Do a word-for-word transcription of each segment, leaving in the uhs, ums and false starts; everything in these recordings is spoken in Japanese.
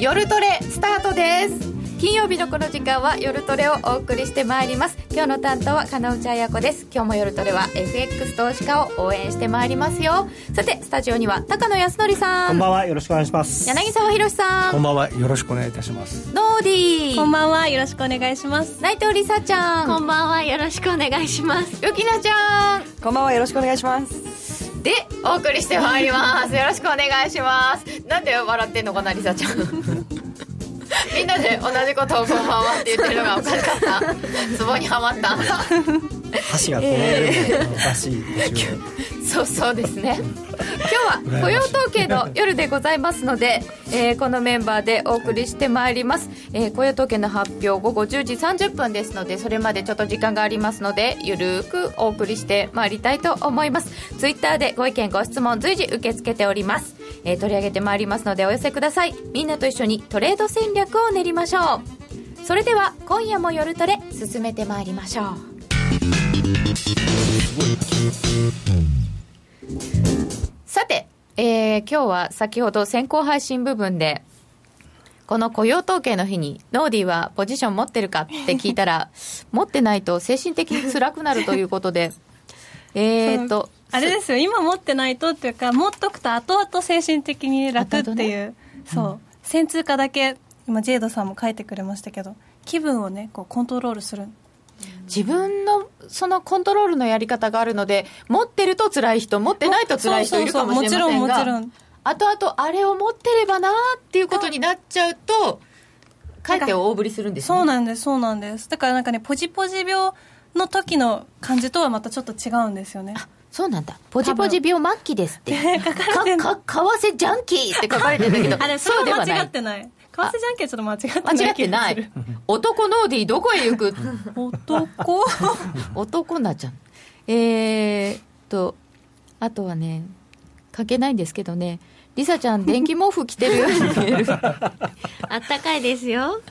夜トレスタートです。金曜日のこの時間は夜トレをお送りしてまいります。今日の担当は金内彩子です。今日も夜トレは エフエックス 投資家を応援してまいりますよ。さてスタジオには高野康則さん、 こんばんは、よろしくお願いします。 柳沢博さん、 こんばんは、よろしくお願いいたします。 ノーディー、 こんばんは、よろしくお願いします。 内藤梨沙ちゃん、 こんばんは、よろしくお願いします。 よきなちゃん、 こんばんは、よろしくお願いします。 でお送りしてまいりますよろしくお願いします。なんで笑ってんのかな、梨沙ちゃんみんなで同じことをこんばんはって言ってるのがおかしかったツボにはまった箸がこの上もおかしいでしょうそうそうですね。今日は雇用統計の夜でございますので、えー、このメンバーでお送りしてまいります、えー、雇用統計の発表午後じゅうじさんじゅっぷんですので、それまでちょっと時間がありますのでゆるくお送りしてまいりたいと思います。ツイッターでご意見ご質問随時受け付けております、えー、取り上げてまいりますのでお寄せください。みんなと一緒にトレード戦略を練りましょう。それでは今夜も夜トレ進めてまいりましょう。さて、えー、今日は先ほど先行配信部分でこの雇用統計の日にノーディーはポジション持ってるかって聞いたら持ってないと精神的に辛くなるということでえーとあれですよ、今持ってないとっていうか、持っとくと後々精神的に楽っていう、ね、そう、うん、先通貨だけ今ジェイドさんも書いてくれましたけど、気分をねこうコントロールする、 自分のそのコントロールのやり方があるので、持ってると辛い人、持ってないと辛い人いるかもしれませんが、 そうそうそう、もちろんもちろん、 後々あれを持ってればなっていうことになっちゃうとかえって大振りするんですね。 そうなんです、そうなんです。だからなんかね、ポジポジ病の時の感じとはまたちょっと違うんですよね。 あ、そうなんだ。ポジポジ病末期ですって書かれてかか為替ジャンキーって書かれてるんだけどあれ、それは間違ってない。為替ジャンキーはちょっと間違ってない。 間違ってない。男ノーディーどこへ行く男男なちゃん。えーっとあとはね書けないんですけどね、リサちゃん電気毛布着てるように見えるあったかいですよ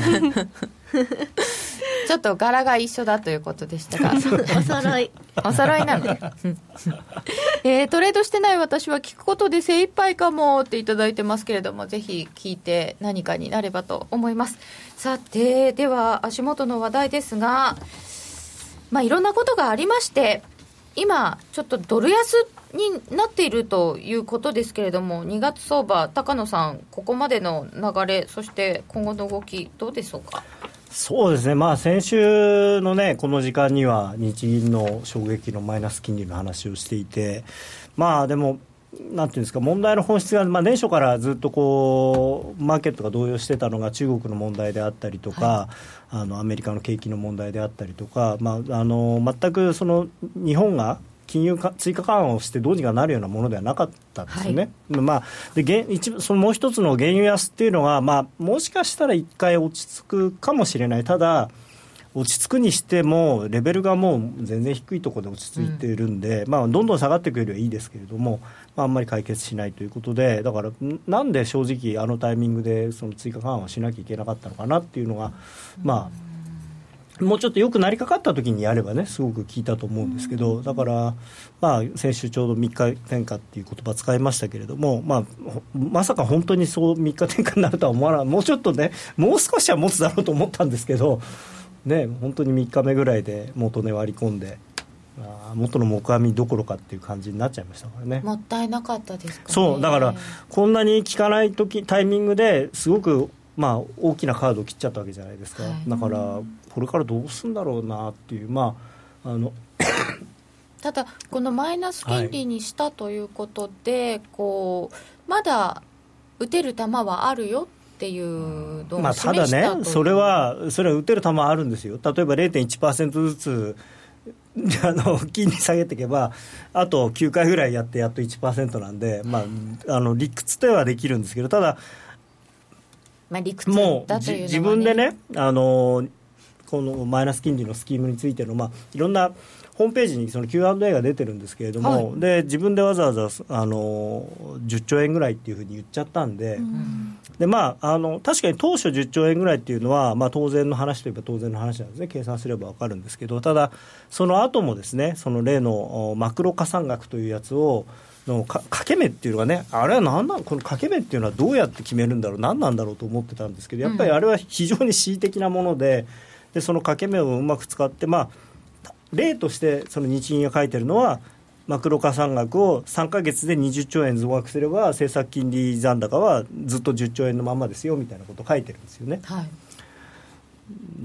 ちょっと柄が一緒だということでしたがお揃いお揃いなの、えー、トレードしてない私は聞くことで精一杯かもっていただいてますけれども、ぜひ聞いて何かになればと思います。さて、では足元の話題ですが、まあ、いろんなことがありまして、今ちょっとドル安になっているということですけれども、にがつ相場、高野さん、ここまでの流れ、そして今後の動きどうでしょうか。 そうですね、まあ、先週の、ね、この時間には日銀の衝撃のマイナス金利の話をしていて、まあでもなんていうんですか、問題の本質が、まあ、年初からずっとこうマーケットが動揺してたのが中国の問題であったりとか、はい、あのアメリカの景気の問題であったりとか、まあ、あの全くその日本が金融か追加緩和をしてどうにかなるようなものではなかったんですよね、はい、まあ、で現一そのもう一つの原油安っていうのは、まあ、もしかしたら一回落ち着くかもしれない。ただ落ち着くにしてもレベルがもう全然低いところで落ち着いているんで、うん、まあ、どんどん下がっていくよりはいいですけれども、まあ、あんまり解決しないということで、だからなんで正直あのタイミングでその追加緩和をしなきゃいけなかったのかなっていうのが、まあ、もうちょっと良くなりかかった時にやればねすごく効いたと思うんですけど、だから、まあ、先週ちょうどみっか転嫁っていう言葉使いましたけれども、まあ、まさか本当にそうみっか転嫁になるとは思わない。もうちょっとね、もう少しは持つだろうと思ったんですけどね、本当にみっかめぐらいで元値割り込んで、あ元の木阿弥どころかっていう感じになっちゃいましたからね。 もったいなかったですかね。 そうだからこんなに効かない時タイミングですごく、まあ、大きなカードを切っちゃったわけじゃないですか、はい、だからこれからどうするんだろうなっていう、まあ、あのただこのマイナス金利にしたということで、はい、こうまだ打てる球はあるよっていうのを示したという、まあ、ただね、それはそれは打てる球はあるんですよ。例えば れいてんいちパーセント ずつあの金利下げていけばあときゅうかいぐらいやってやっと いちパーセント なんで、まあ、あの理屈ではできるんですけど、ただ、 まあ、理屈だというのは、ね、 もう自分でね、あのここのマイナス金利のスキームについての、まあ、いろんなホームページにその キューアンドエー が出てるんですけれども、はい、で自分でわざわざあのじゅっちょうえんぐらいっていうふうに言っちゃったんで、うん、でまあ、あの確かに当初じゅっちょうえんぐらいっていうのは、まあ、当然の話といえば当然の話なんですね。計算すれば分かるんですけど、ただその後もですね、その例のマクロ加算額というやつをのか掛け目っていうのがね、あれは何なん、この掛け目っていうのはどうやって決めるんだろう、何なんだろうと思ってたんですけど、やっぱりあれは非常に恣意的なもので、でその掛け目をうまく使って、まあ例としてその日銀が書いてるのは、マクロ加算額をさんかげつでにじゅっちょうえん増額すれば政策金利残高はずっとじゅっちょうえんのままですよみたいなことを書いてるんですよね、はい、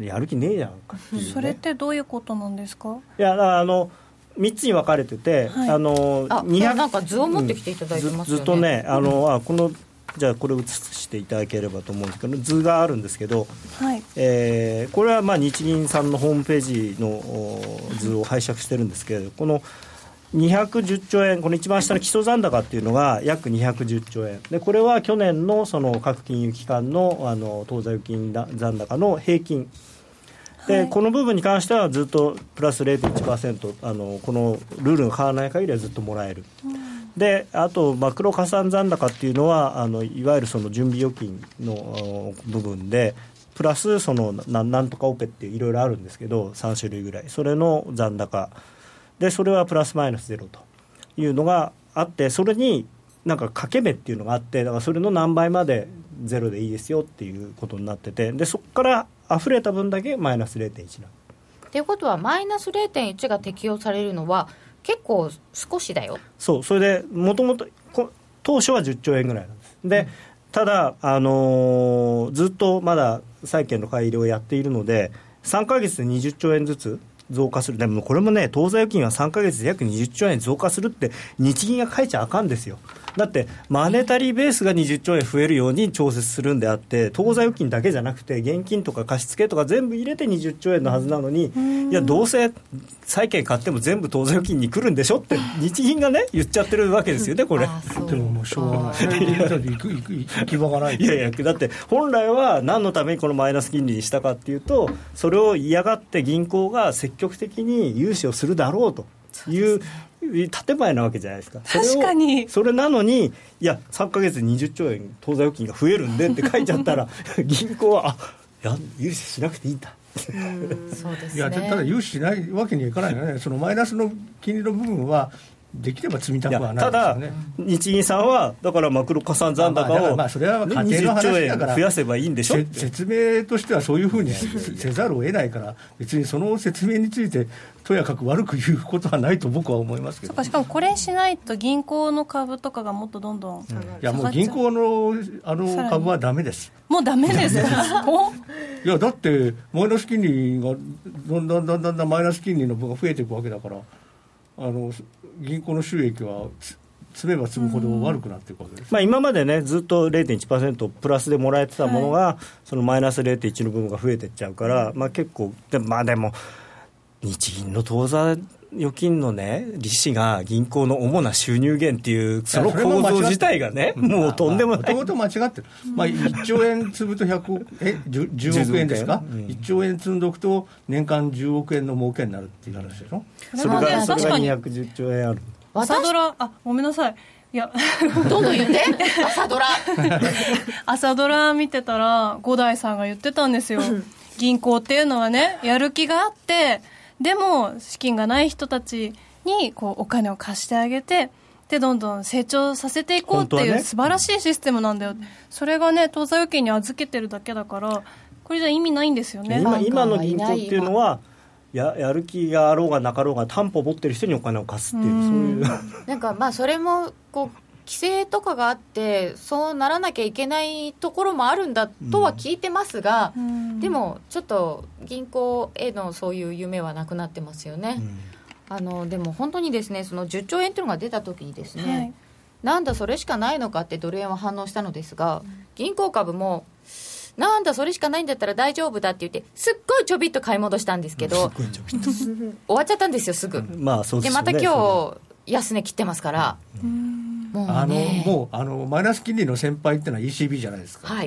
やる気ねえじゃんかっていう、ね、 それってどういうことなんですか。 いやだからあのみっつに分かれてて、はい、あのあにひゃくなんか図を持ってきていただいてますよね、うん、ず, ずっとねあのあこのじゃあこれを映していただければと思うんですけど、図があるんですけど、はいえー、これはまあ日銀さんのホームページの図を拝借してるんですけど、このにひゃくじゅっちょうえん、この一番下の基礎残高っていうのが約にひゃくじゅっちょうえんで、これは去年 の, その各金融機関 の, あの当座預金残高の平均で、はい、この部分に関してはずっとプラス ゼロてんいちパーセント、 あのこのルールが変わらない限りはずっともらえる、うんであとマクロ加算残高っていうのはあのいわゆるその準備預金の部分でプラスその な, なんとかオペっていろいろあるんですけどさんしゅるいぐらい、それの残高でそれはプラスマイナスゼロというのがあって、それになんか掛け目っていうのがあって、だからそれの何倍までゼロでいいですよっていうことになってて、でそこから溢れた分だけマイナス ゼロてんいち なということはマイナス ゼロてんいち が適用されるのは結構少しだよ。 そう、それでもともと当初はじゅっちょうえんぐらいなんですで、うん、ただ、あのー、ずっとまだ債券の買い入れをやっているのでさんかげつでにじゅっちょうえんずつ増加する。でもこれもね、当座預金はさんかげつで約にじゅっちょうえん増加するって日銀が書いちゃあかんですよ。だってマネタリーベースがにじゅっちょうえん増えるように調節するんであって、当座預金だけじゃなくて現金とか貸付とか全部入れてにじゅっちょうえんのはずなのに、いやどうせ債券買っても全部当座預金に来るんでしょって日銀がね言っちゃってるわけですよね、これ。 でももうしょうがない行く行く行き場がない。 いやいや、だって本来は何のためにこのマイナス金利にしたかっていうと、それを嫌がって銀行が積極的に融資をするだろうという建前なわけじゃないですか。 確かにそれなのに、いやさんかげつでにじゅっちょうえん当座預金が増えるんでって書いちゃったら銀行はあや融資しなくていいんだうんそうですね、 いやただ融資しないわけにはいかないよね。そのマイナスの金利の部分はできれば積みたくはないですよね。 ただ日銀さんはだからマクロ加算残高をまあそれは家庭の話だから増やせばいいんでしょって。 説明としてはそういうふうにせざるを得ないから、別にその説明についてとやかく悪く言うことはないと僕は思いますけど。 そうか、しかもこれしないと銀行の株とかがもっとどんどん、うん、いやもう銀行のあの株はダメです。 もうダメですかいやだってマイナス金利がだんだんだんだんだんマイナス金利の分が増えていくわけだから、あの銀行の収益は積めば積むほど悪くなっていくわけです、 まあ、今までねずっと ゼロてんいちパーセント プラスでもらえてたものが、はい、そのマイナス ゼロてんいち の部分が増えていっちゃうから、まあ、結構で、まあ、でも日銀の当座預金のね利子が銀行の主な収入源っていうその構造自体がねもうとんでもない。 もともと間違ってる、まあ、いっちょうえん積むとひゃくえ 10, じゅうおくえんですか、うん、いっちょうえん積んどくと年間じゅうおくえんの儲けになるっていう話でしょ。 それがそれがにひゃくじゅっちょうえんある。 朝ドラあごめんなさいいやどんどん言って朝ドラ朝ドラ見てたら五代さんが言ってたんですよ銀行っていうのはねやる気があってでも資金がない人たちにこうお金を貸してあげてでどんどん成長させていこうっていう素晴らしいシステムなんだよ、ね、それがね当座預金に預けてるだけだからこれじゃ意味ないんですよね。 今, 今の銀行っていうのはや, やる気があろうがなかろうが担保を持ってる人にお金を貸すっていう、うんそういうなんかまあそれもこう規制とかがあってそうならなきゃいけないところもあるんだとは聞いてますが、うん、でもちょっと銀行へのそういう夢はなくなってますよね、うん、あのでも本当にですねそのじゅっちょうえんというのが出た時にですね、はい、なんだそれしかないのかってドル円は反応したのですが、うん、銀行株もなんだそれしかないんだったら大丈夫だって言ってすっごいちょびっと買い戻したんですけど終わっちゃったんですよすぐ、 まあそうですね、 でまた今日安値切ってますから、うん、 もうねあのもうあのマイナス金利の先輩ってのは イーシービー じゃないですか、 はい、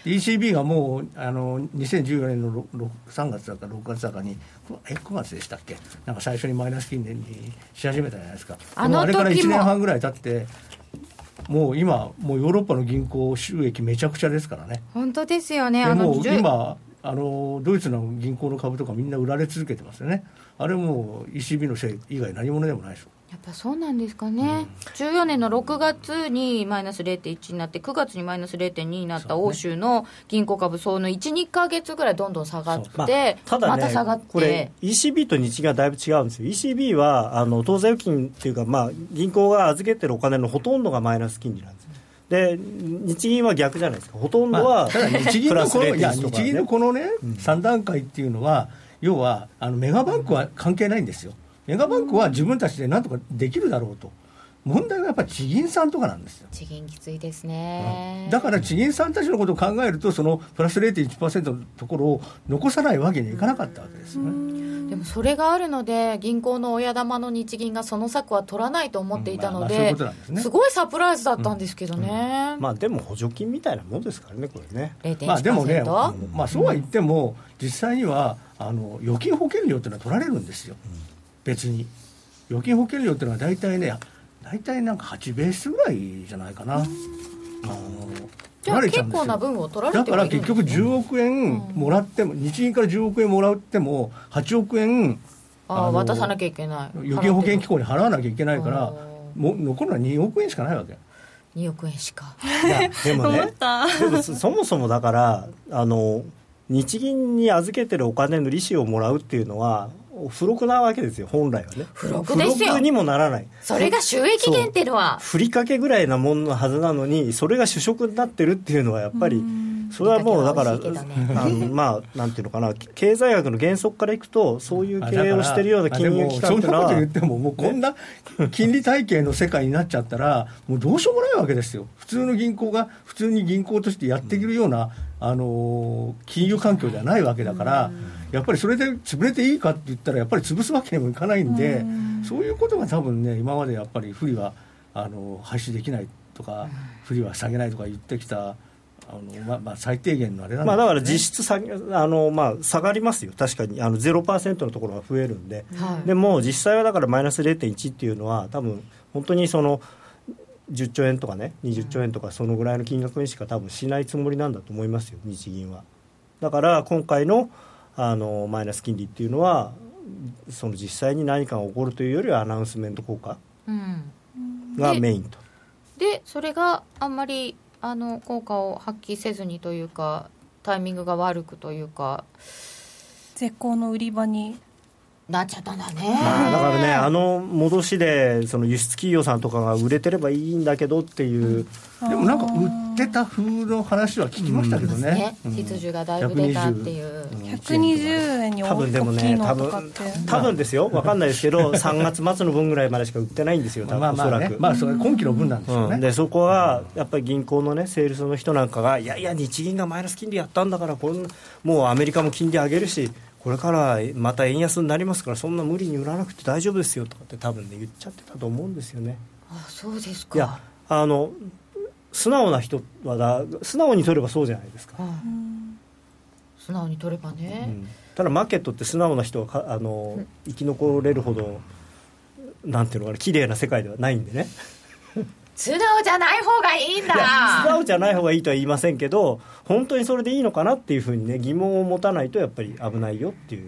イーシービー がもうあのにせんじゅうよねんのさんがつだかろくがつだかにえくがつでしたっけ、なんか最初にマイナス金利にし始めたじゃないですか。 あの時もあれからいちねんはんぐらい経ってもう今もうヨーロッパの銀行収益めちゃくちゃですからね。 本当ですよね。 であのもう今あのドイツの銀行の株とかみんな売られ続けてますよね。あれもう イーシービー のせい以外何者でもないでしょ。 やっぱそうなんですかね、うん、じゅうよねんのろくがつにマイナス れいてんいち になってくがつにマイナス れいてんに になった欧州の銀行株、その いち,に ヶ月ぐらいどんどん下がって、まあ、ただね、また下がって、 これ イーシービー と日銀がだいぶ違うんですよ。 イーシービー はあの当座預金っていうか、まあ、銀行が預けてるお金のほとんどがマイナス金利なんです。で日銀は逆じゃないですか。ほとんどは、まあ、ただ日銀のこの、いや日銀のこのね、うん、さん段階っていうのは要はあのメガバンクは関係ないんですよ。メガバンクは自分たちで何とかできるだろうと。問題はやっぱり地銀さんとかなんですよ。 地銀きついですね、 うん、だから地銀さんたちのことを考えるとそのプラス れいてんいちパーセント のところを残さないわけにはいかなかったわけですよね。 でもそれがあるので銀行の親玉の日銀がその策は取らないと思っていたので、すごいサプライズだったんですけどね、うんうん、 まあでも補助金みたいなもんですからねこれね。 れいてんいちパーセント、 まあでもね、まあ、そうは言っても実際にはあの預金保険料っていうのは取られるんですよ、うん、別に預金保険料っていうのは大体ね大体なんかはちベースぐらいじゃないかな。あのじゃあ結構な分を取られてはいるんですね。 だから結局じゅうおくえんもらっても、うん、日銀からじゅうおくえんもらってもはちおくえんああ渡さなきゃいけない、 預金保険機構に払わなきゃいけないからもう残るのはにおくえんしかないわけ。 におくえんしか。 いやでもねでもそもそもだからあの日銀に預けてるお金の利子をもらうっていうのは付録なわけですよ本来はね。 付録ですよ。 付録にもならない。 それが収益源っていうのはふりかけぐらいなもののはずなのにそれが主食になってるっていうのはやっぱりそれはもうだから、ね、あのまあなんていうのかな経済学の原則からいくとそういう経営をしてるような金融機関っていうのはそんなこと言ってももうこんな金利体系の世界になっちゃったらもうどうしようもないわけですよ。普通の銀行が普通に銀行としてやっていけるような、あの金融環境ではないわけだからやっぱりそれで潰れていいかって言ったらやっぱり潰すわけにもいかないんでそういうことが多分ね今までやっぱり不利はあの廃止できないとか不利は下げないとか言ってきたあの、ままあ、最低限のあれなんですね。 まあ、だから実質下げあの、まあ、下がりますよ確かにあの ゼロパーセント のところが増えるんで、はい、でも実際はだからマイナス れいてんいち っていうのは多分本当にそのじゅっちょうえんとかねにじゅっちょうえんとかそのぐらいの金額にしか多分しないつもりなんだと思いますよ日銀は。だから今回のあのマイナス金利っていうのはその実際に何かが起こるというよりはアナウンスメント効果がメインと、 うん、で, でそれがあんまりあの効果を発揮せずにというかタイミングが悪くというか絶好の売り場になっちゃったんだね、 まあ、だからねあの戻しでその輸出企業さんとかが売れてればいいんだけどっていう、 うん、でもなんか売ってた風の話は聞きましたけどね、 うん、秩序がだいぶ出たっていう、 ひゃくにじゅうえんに大きいのとかって、 ね、多分ですよ分かんないですけどさんがつ末の分ぐらいまでしか売ってないんですよ多分、まあまあね、おそらく、 まあ、それ今期の分なんですよね、 うん、でそこはやっぱり銀行のねセールスの人なんかがいやいや日銀がマイナス金利やったんだからこんなもうアメリカも金利上げるしこれからまた円安になりますからそんな無理に売らなくて大丈夫ですよとかって多分ね言っちゃってたと思うんですよね。 あそうですか。 いやあの素直な人はだ素直に取ればそうじゃないですか、うん、 素直に取ればね、うん、 ただマーケットって素直な人はかあの生き残れるほどなんていうのかな綺麗な世界ではないんでね素直じゃない方がいいんだ。いや素直じゃない方がいいとは言いませんけど本当にそれでいいのかなっていうふうにね疑問を持たないとやっぱり危ないよっていう。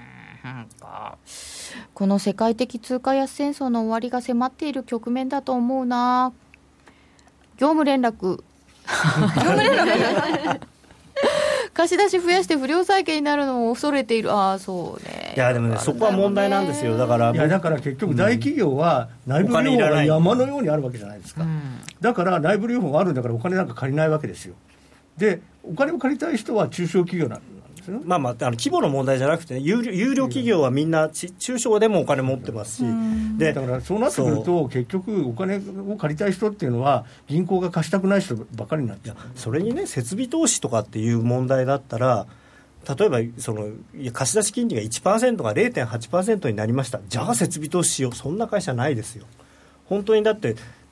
この世界的通貨安戦争の終わりが迫っている局面だと思うな。業務連絡業務連絡貸し出し増やして不良債権になるのを恐れている。ああそうね。 いやでもねそこは問題なんですよ。だからいやだから結局大企業は内部留保が山のようにあるわけじゃないですか、うん、だから内部留保があるんだからお金なんか借りないわけですよ。でお金を借りたい人は中小企業なんですよ。 まあまあ、あの規模の問題じゃなくて、ね、有料、有料企業はみんな中小でもお金持ってますし、 でだからそうなってくると結局お金を借りたい人っていうのは銀行が貸したくない人ばかりになっちゃう。 それにね設備投資とかっていう問題だったら例えばそのいや貸し出し金利が いちパーセント が れいてんはちパーセント になりましたじゃあ設備投資しようそんな会社ないですよ。本当にだって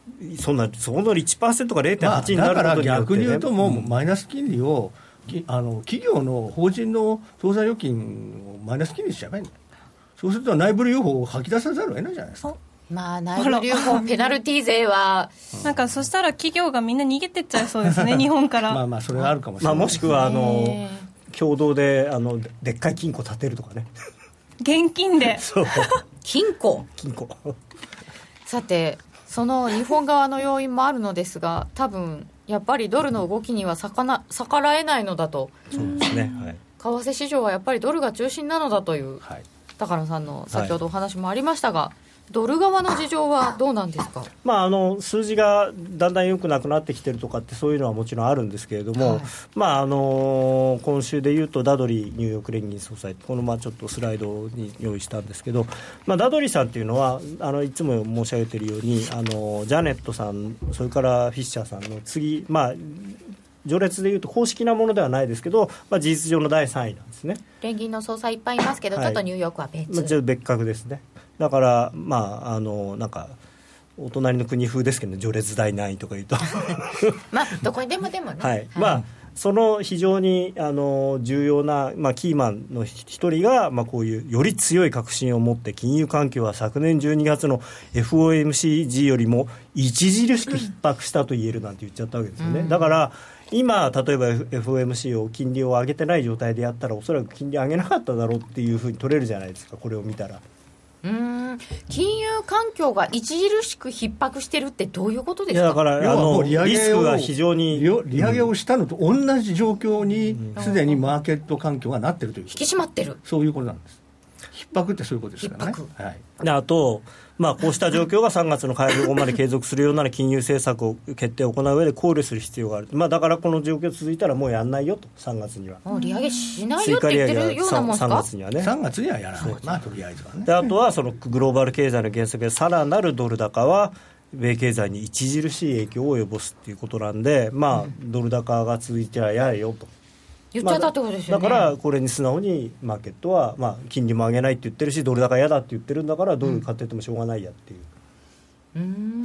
そんなその いちパーセント が れいてんはち になることによって、ね、 だから逆に言うともうマイナス金利を、うん、あの企業の法人の当座預金をマイナス金利にしちゃえばいいんだよ。そうすると内部留保を吐き出さざるを得ないじゃないですか。 まあ内部留保ペナルティ税はなんかそしたら企業がみんな逃げてっちゃいそうですね日本からまあまあそれはあるかもしれない、 まあ、もしくはあの共同であのでっかい金庫建てるとかね現金でそう金庫金庫さてその日本側の要因もあるのですが多分やっぱりドルの動きには逆な逆らえないのだと。 そうですね、はい、 為替市場はやっぱりドルが中心なのだという、はい、高野さんの先ほどお話もありましたが、はい、ドル側の事情はどうなんですか。 まあ、あの数字がだんだん良くなくなってきてるとかってそういうのはもちろんあるんですけれども、はい、まああの今週でいうとダドリーニューヨーク連銀総裁このまあちょっとスライドに用意したんですけど、まあ、ダドリーさんっていうのはあのいつも申し上げているようにあのジャネットさんそれからフィッシャーさんの次、まあ序列でいうと公式なものではないですけど、まあ、事実上のだいさんいなんですね。 連銀の総裁いっぱいいますけど、はい、ちょっとニューヨークは別、 まあ、別格ですね。だからまああのなんかお隣の国風ですけど、ね、序列だい何位とか言うとまあどこにでもでもね、 はい、はい、まあその非常にあの重要な、まあ、キーマンの一人が、まあ、こういうより強い確信を持って金融環境は昨年じゅうにがつの エフオーエムシージー よりも著しく逼迫したと言えるなんて言っちゃったわけですよね、うん、だから今例えば エフオーエムシー を金利を上げてない状態でやったらおそらく金利上げなかっただろうっていうふうに取れるじゃないですか、これを見たら。 うーん金融環境が著しく逼迫してるってどういうことですか。 いやだからあのリスクが非常に利上げをしたのと同じ状況にすでにマーケット環境がなってるという、 引き締まってる、 そういうことなんです。逼迫ってそういうことですからね。はい、 であと、まあ、こうした状況がさんがつの会合後まで継続するような金融政策を決定を行う上で考慮する必要がある、まあ、だからこの状況続いたらもうやんないよと、さんがつにはもう利上げしないよって言ってるようなもんですか。 さんがつにはね、 さんがつにはやらない、まあ、とりあえずはね。 であとはそのグローバル経済の原則でさらなるドル高は米経済に著しい影響を及ぼすということなんで、まあうん、ドル高が続いてはやれよと言っちゃったってことですよね、 まあ、だからこれに素直にマーケットは、まあ、金利も上げないって言ってるしドル高嫌だって言ってるんだからドル買っててもしょうがないやっていう、うん、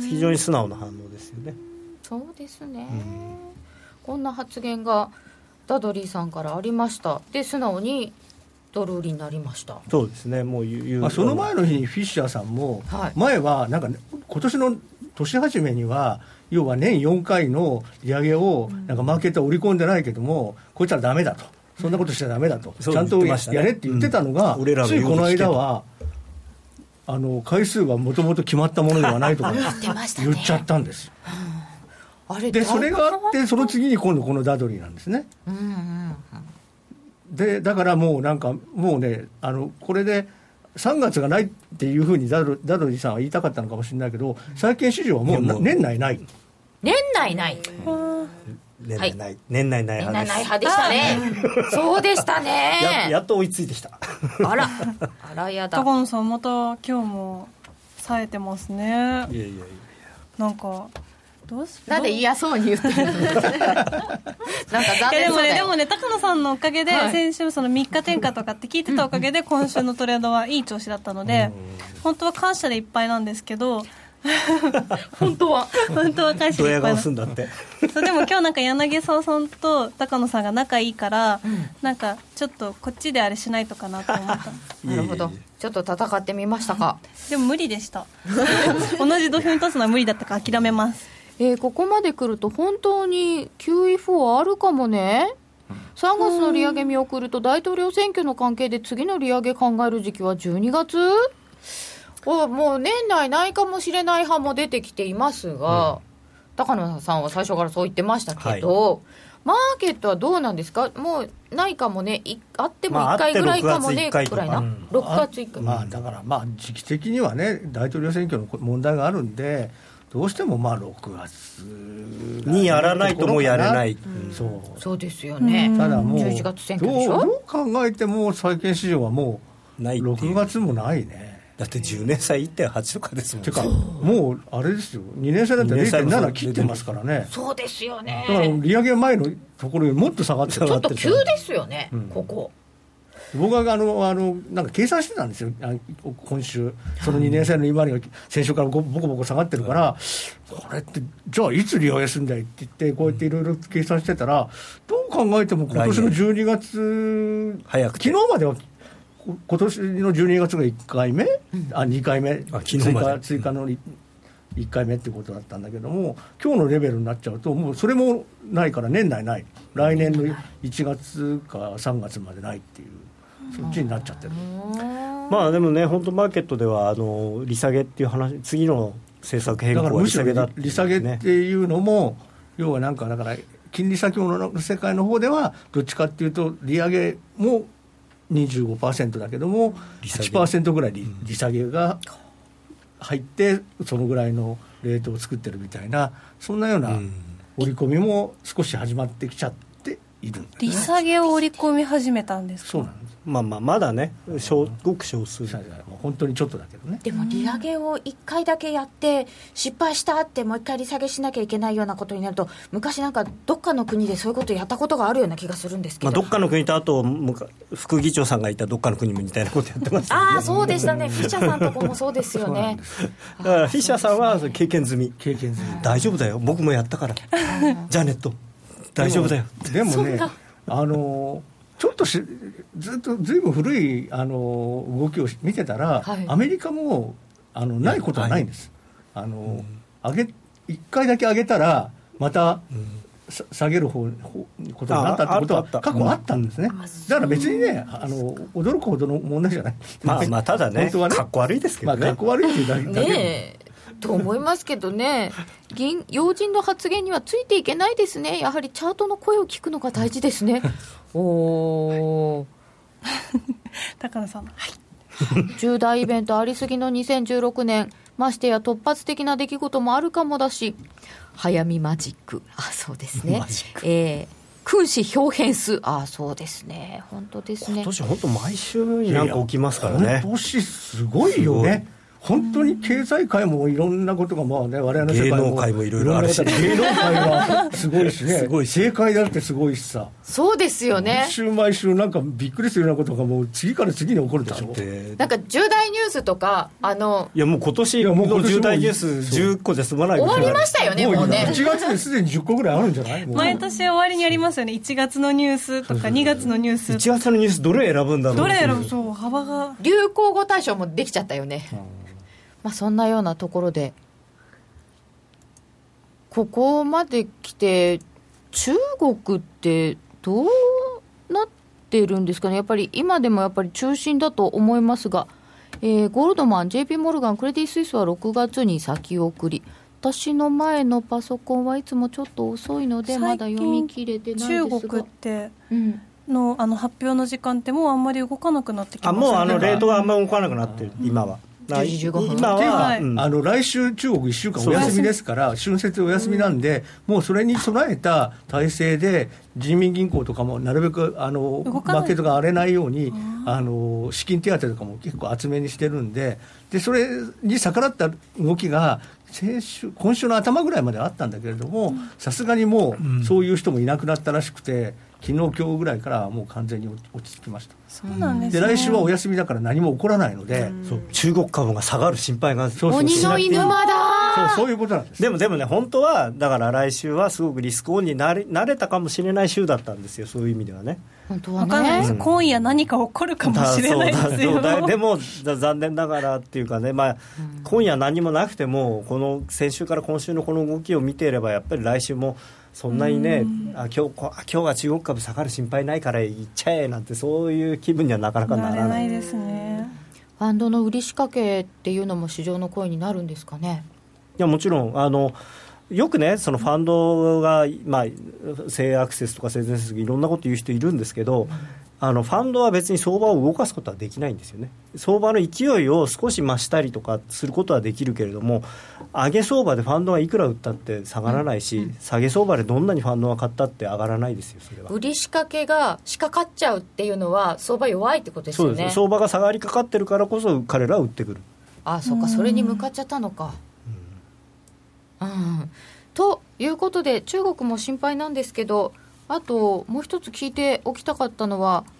非常に素直な反応ですよね。 そうですね、うん、こんな発言がダドリーさんからありました。で素直にドル売りになりました。 そうですね、もう言う、 まあ、その前の日にフィッシャーさんも、はい、前はなんか、ね、今年の年始めには要は年よんかいの利上げをなんかマーケットは織り込んでないけども、こいつはダメだと、そんなことしちゃダメだと、ちゃんとやれって言ってたのが、うん、ついこの間はあの回数がもともと決まったものではないとか言っちゃったんですよ、うん、あれでそれがあってその次に今度このダドリーなんですね、うんうんうん、でだからもうなんかもうねあのこれでさんがつがないっていうふうにダド、ダドリーさんは言いたかったのかもしれないけど、債券市場はもう年内ない、 年内ない、 年内ない、はい、年内ない派です。年内ない派でしたねそうでしたねや, やっと追いついてきたあらあらやだ。 高野さんまた今日も冴えてますね。いやいやいやいや、なんかどうしなんで嫌そうに言ってるのなんか残念そうだよ。 でもね、でもね、高野さんのおかげで、はい、先週そのみっか転嫁とかって聞いてたおかげで今週のトレードはいい調子だったので本当は感謝でいっぱいなんですけど本当は本当は感謝でいっぱいなすんだってそうでも今日なんか柳沢さんと高野さんが仲いいから、うん、なんかちょっとこっちであれしないとかなと思ったなるほど、ちょっと戦ってみましたかでも無理でした同じ土俵に立つのは無理だったから諦めます。 えー、ここまで来ると本当に キューイーフォー あるかもね。さんがつの利上げ見送ると大統領選挙の関係で次の利上げ考える時期はじゅうにがつ。おもう年内ないかもしれない派も出てきていますが、うん、高野さんは最初からそう言ってましたけど、はい、マーケットはどうなんですか。もうないかもね、あってもいっかいぐらいかもね、まあ、ぐらいな、うん、ろくがついっかい、 まあ、だからまあ時期的にはね大統領選挙の問題があるんでどうしてもまあろくがつにやらないともうやれない、 うん、そうそうですよね。 ただもうじゅういちがつ選挙でしょ。 どう、どう考えても債券市場はもうろくがつもないね。 だってじゅうねん債 いってんはち とかですもんね。 てかもうあれですよ、にねん債だったら れいてんなな 切ってますからね。 そうですよね。 だから利上げ前のところよりもっと下がってる。 ちょっと急ですよね、うん、ここ僕はあのあのなんか計算してたんですよ、今週、そのにねん債の利回りが先週からボコボコ下がってるから、これって、じゃあいつ利上げするんだいって言って、こうやっていろいろ計算してたら、どう考えても今年のじゅうにがつ、 早く昨日までは、今年のじゅうにがつがいっかいめ、うん、あにかいめ、 あ昨日まで追加、追加のいっかいめってことだったんだけども、今日のレベルになっちゃうと、もうそれもないから、年内ない、来年のいちがつかさんがつまでないっていう、そっちになっちゃってる。 まあでもね、本当マーケットではあの利下げっていう話、次の政策変更は利下げだっていう、ね、 利下げっていうのも、要はなんかだから金利先物の世界の方ではどっちかっていうと利上げも にじゅうごパーセント だけども はちパーセント ぐらい利、利下げが入ってそのぐらいのレートを作ってるみたいな、そんなような織り込みも少し始まってきちゃっているんだ、ね、 利下げを織り込み始めたんですか。 そうなんです。 まあまあまだね、小ごく少数、 本当にちょっとだけどね。 でも利上げをいっかいだけやって失敗したってもういっかい利下げしなきゃいけないようなことになると、昔なんかどっかの国でそういうことやったことがあるような気がするんですけど、 まあ、どっかの国とあと副議長さんがいたどっかの国もみたいなことやってました、ね、 ああそうでしたね、フィッシャーさんとこもそうですよねだからフィッシャーさんは経験済み、 経験済み、 大丈夫だよ僕もやったからジャネット大丈夫だよ。 でもね、あのちょっとしずっとずいぶん古いあの動きを見てたら、はい、アメリカもあのないことはないんです。あの、うん、上げいっかいだけ上げたらまた、うん、下げる方ことになったってことは過去あったんですね。だから別にね、あの驚くほどの問題じゃない。 まあまあただね、本当はね、かっこ悪いですけどね。 まあ、かっこ悪いっていうだけで、 ねと思いますけどね銀要人の発言にはついていけないですね。やはりチャートの声を聞くのが大事ですねお高野さん、はい、 重大イベントありすぎのにせんじゅうろくねん、ましてや突発的な出来事もあるかもだし、早見マジック、あそうですね、えー、君子表変数、あそうですね、本当ですね、 今年本当毎週になんか起きますからね。 今年すごいよね。本当に経済界もいろんなことが、まあね、我々の世界も芸能界もいろいろあるし、 芸能界はすごいしねすごいし、 政界だってすごいしさ、 そうですよね、 毎週毎週なんかびっくりするようなことがもう次から次に起こるでしょ。 なんか重大ニュースとか、あのいやもう今年の重大ニュースじゅっこじゃ済まない、 終わりましたよね、もうね、 いちがつですでにじゅっこぐらいあるんじゃない。もう毎年終わりにありますよね。いちがつのニュースとかにがつのニュース、 いちがつのニュースどれ選ぶんだろう、 どれ選ぶ、そう幅が、 流行語大賞もできちゃったよね、うん、まあ、そんなようなところで、ここまで来て中国ってどうなってるんですかね。やっぱり今でもやっぱり中心だと思いますが、えー、ゴールドマン ジェイピー モルガンクレディ・スイスはろくがつに先送り、私の前のパソコンはいつもちょっと遅いのでまだ読み切れてないですが、 中国って、うんの, あの発表の時間ってもうあんまり動かなくなってきましたね。 あもうあのレートがあんまり動かなくなってる、うん、今はじゅうじじゅうごふん今は、 はい、あの来週中国いっしゅうかんお休みですから、春節お休みなんで、うん、もうそれに備えた体制で人民銀行とかもなるべくあのマーケットが荒れないようにあの資金手当とかも結構厚めにしてるんで、でそれに逆らった動きが先週今週の頭ぐらいまであったんだけれども、さすがにもうそういう人もいなくなったらしくて、昨日今日ぐらいからもう完全に落ち着きました。 そうなんですね。 で来週はお休みだから何も起こらないので、 うん、そう中国株が下がる心配がそうそう鬼の犬間だそうそういうことなんです。 でもでもね、本当はだから来週はすごくリスクオンになれ慣れたかもしれない週だったんですよ。そういう意味ではね。 本当はね、 分かんないです、うん、今夜何か起こるかもしれないですよ。 だでも残念ながらっていうかね、まあ、うん、今夜何もなくてもこの先週から今週のこの動きを見ていればやっぱり来週もそんなにね、あ 今日、今日は中国株下がる心配ないから行っちゃえなんてそういう気分にはなかなかならない。 なれないですね。 ファンドの売り仕掛けっていうのも市場の声になるんですかね。 いやもちろんあのよくね、そのファンドが、まあ、性アクセスとか性善説いろんなこと言う人いるんですけど、うん、あのファンドは別に相場を動かすことはできないんですよね。相場の勢いを少し増したりとかすることはできるけれども、上げ相場でファンドがいくら売ったって下がらないし、うん、下げ相場でどんなにファンドが買ったって上がらないですよ。それは売り仕掛けが仕掛かっちゃうっていうのは相場弱いってことですよね。 そうです。相場が下がりかかってるからこそ彼らは売ってくる。 ああそうか、それに向かっちゃったのか、うん、うん、ということで中国も心配なんですけど、あともう一つ聞いておきたかったのは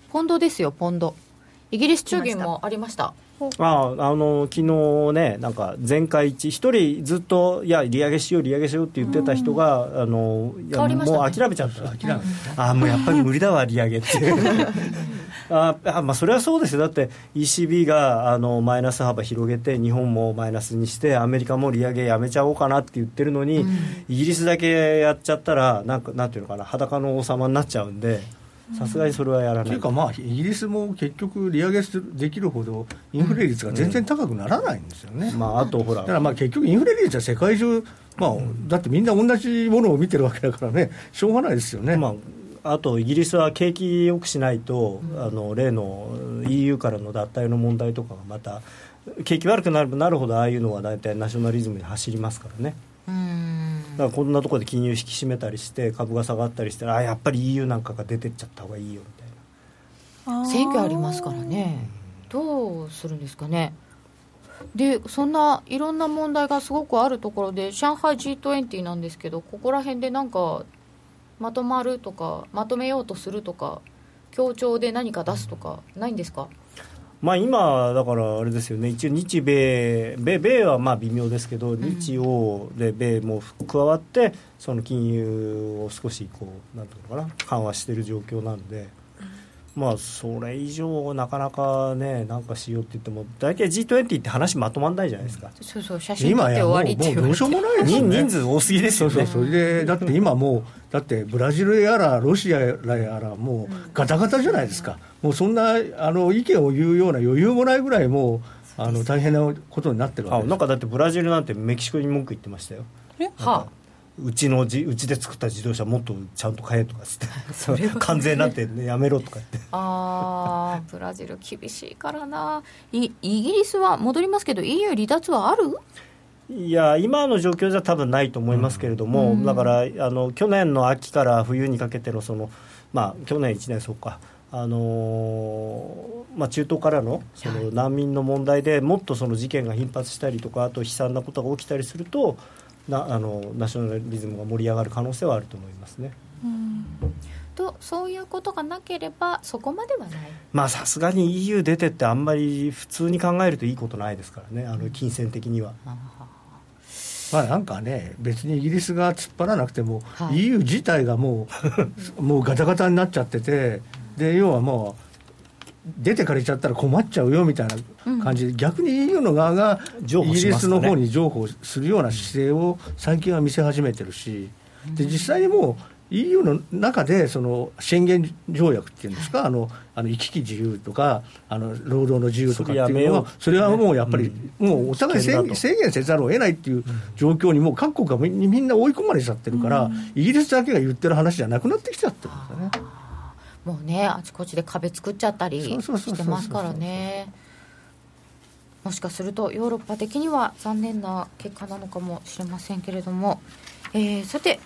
ポンドですよ、ポンド。イギリス中銀もありました。 ああの昨日ね、なんか全会一致、一人ずっといや利上げしよう利上げしようって言ってた人が、うん、あのいや変わりましたね、もう諦めちゃった、諦め、うん、あもうやっぱり無理だわ利上げってああ、まあ、それはそうですよ。だって イーシービー があのマイナス幅広げて日本もマイナスにしてアメリカも利上げやめちゃおうかなって言ってるのに、うん、イギリスだけやっちゃったらなんかなんていうのかな、裸の王様になっちゃうんで、さすがにそれはやらない。というか、まあ、イギリスも結局利上げできるほどインフレ率が全然高くならないんですよね、うんうん、まあ、あとほらだからまあ結局インフレ率は世界中、まあ、だってみんな同じものを見てるわけだからね、しょうがないですよね、まあ、あとイギリスは景気良くしないと、うん、あの例の イーユー からの脱退の問題とかがまた景気悪くなればなるほどああいうのは大体ナショナリズムに走りますからね。うーん、だからこんなところで金融引き締めたりして株が下がったりしてあやっぱり イーユー なんかが出てっちゃった方がいいよみたいな。 選挙ありますからね、どうするんですかね。でそんないろんな問題がすごくあるところで上海 ジートゥエンティー なんですけど、ここら辺でなんかまとまるとかまとめようとするとか協調で何か出すとかないんですか。 まあ、今だからあれですよね、一応日米米米はまあ微妙ですけど、日欧で米も加わってその金融を少しこうなんていうのかな緩和している状況なので、まあそれ以上なかなかねなんかしようって言っても大体 ジートゥエンティー って話まとまんないじゃないですか。 そうそう、写真撮って終わりっていう。 今やもう、もうどうしようもないですよね。 人数多すぎですよね。 そうそう、それでだって今もうだってブラジルやらロシアやらもうガタガタじゃないですか。もうそんなあの意見を言うような余裕もないぐらいもうあの大変なことになってるわけです。 あ、なんかだってブラジルなんてメキシコに文句言ってましたよ。 え、はあ、 うちのじうちで作った自動車もっとちゃんと買えとかって関税なんて、ね、やめろとか言ってあブラジル厳しいからな。イイギリスは戻りますけど イーユー 離脱はある？ いや今の状況じゃ多分ないと思いますけれども、うん、だからあの去年の秋から冬にかけてのその、まあ、去年いちねんそうか、あのーまあ、中東からの、その難民の問題でもっとその事件が頻発したりとかあと悲惨なことが起きたりするとなあのナショナリズムが盛り上がる可能性はあると思いますね。 うん、とそういうことがなければそこまではない。 まあさすがに イーユー 出てってあんまり普通に考えるといいことないですからね、あの金銭的には。 まあ、なんかね別にイギリスが突っ張らなくても、はい、イーユー 自体がもうもうガタガタになっちゃってて、で要はもう出てかれちゃったら困っちゃうよみたいな感じで、うん、逆に イーユー の側がイギリスの方に譲歩するような姿勢を最近は見せ始めてるし、で実際にもう イーユー の中でその宣言条約っていうんですか、あのあの行き来自由とかあの労働の自由とかっていうのはそれはもうやっぱり、うん、もうお互い制限、制限せざるを得ないっていう状況にもう各国がみんな追い込まれちゃってるから、うん、イギリスだけが言ってる話じゃなくなってきちゃってるんですよね。 もうねあちこちで壁作っちゃったりしてますからね。もしかするとヨーロッパ的には残念な結果なのかもしれませんけれども、えー、さて、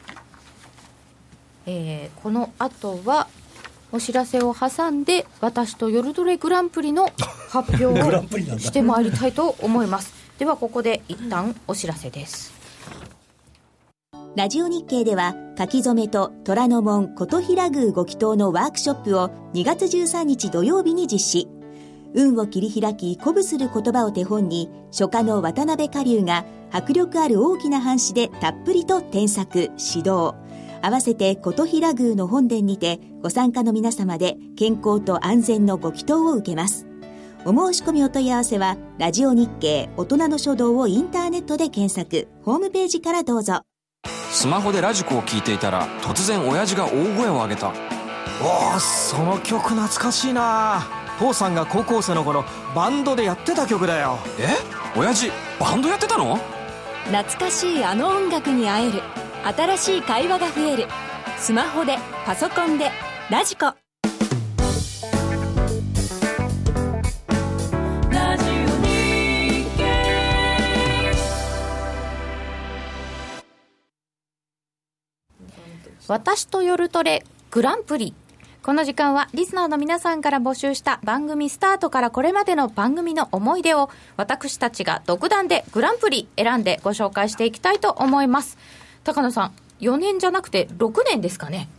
えー、この後はお知らせを挟んで私と夜トレグランプリの発表をしてまいりたいと思います。ではここで一旦お知らせです。 ラジオ日経では書き初めと虎ノ門琴平宮ご祈祷のワークショップをにがつじゅうさんにち土曜日に実施。運を切り開き鼓舞する言葉を手本に書家の渡辺華龍が迫力ある大きな半紙でたっぷりと添削指導、合わせて琴平宮の本殿にてご参加の皆様で健康と安全のご祈祷を受けます。お申し込みお問い合わせはラジオ日経大人の書道をインターネットで検索、ホームページからどうぞ。 スマホでラジコを聞いていたら突然親父が大声を上げた。おお、その曲懐かしいな。父さんが高校生の頃バンドでやってた曲だよ。え、親父バンドやってたの？ 懐かしいあの音楽に会える、新しい会話が増える。スマホでパソコンでラジコ。ラジオ日経。 私と夜トレグランプリ。この時間はリスナーの皆さんから募集した番組スタートからこれまでの番組の思い出を私たちが独断でグランプリ選んでご紹介していきたいと思います。高野さん、よねんじゃなくてろくねんですかね。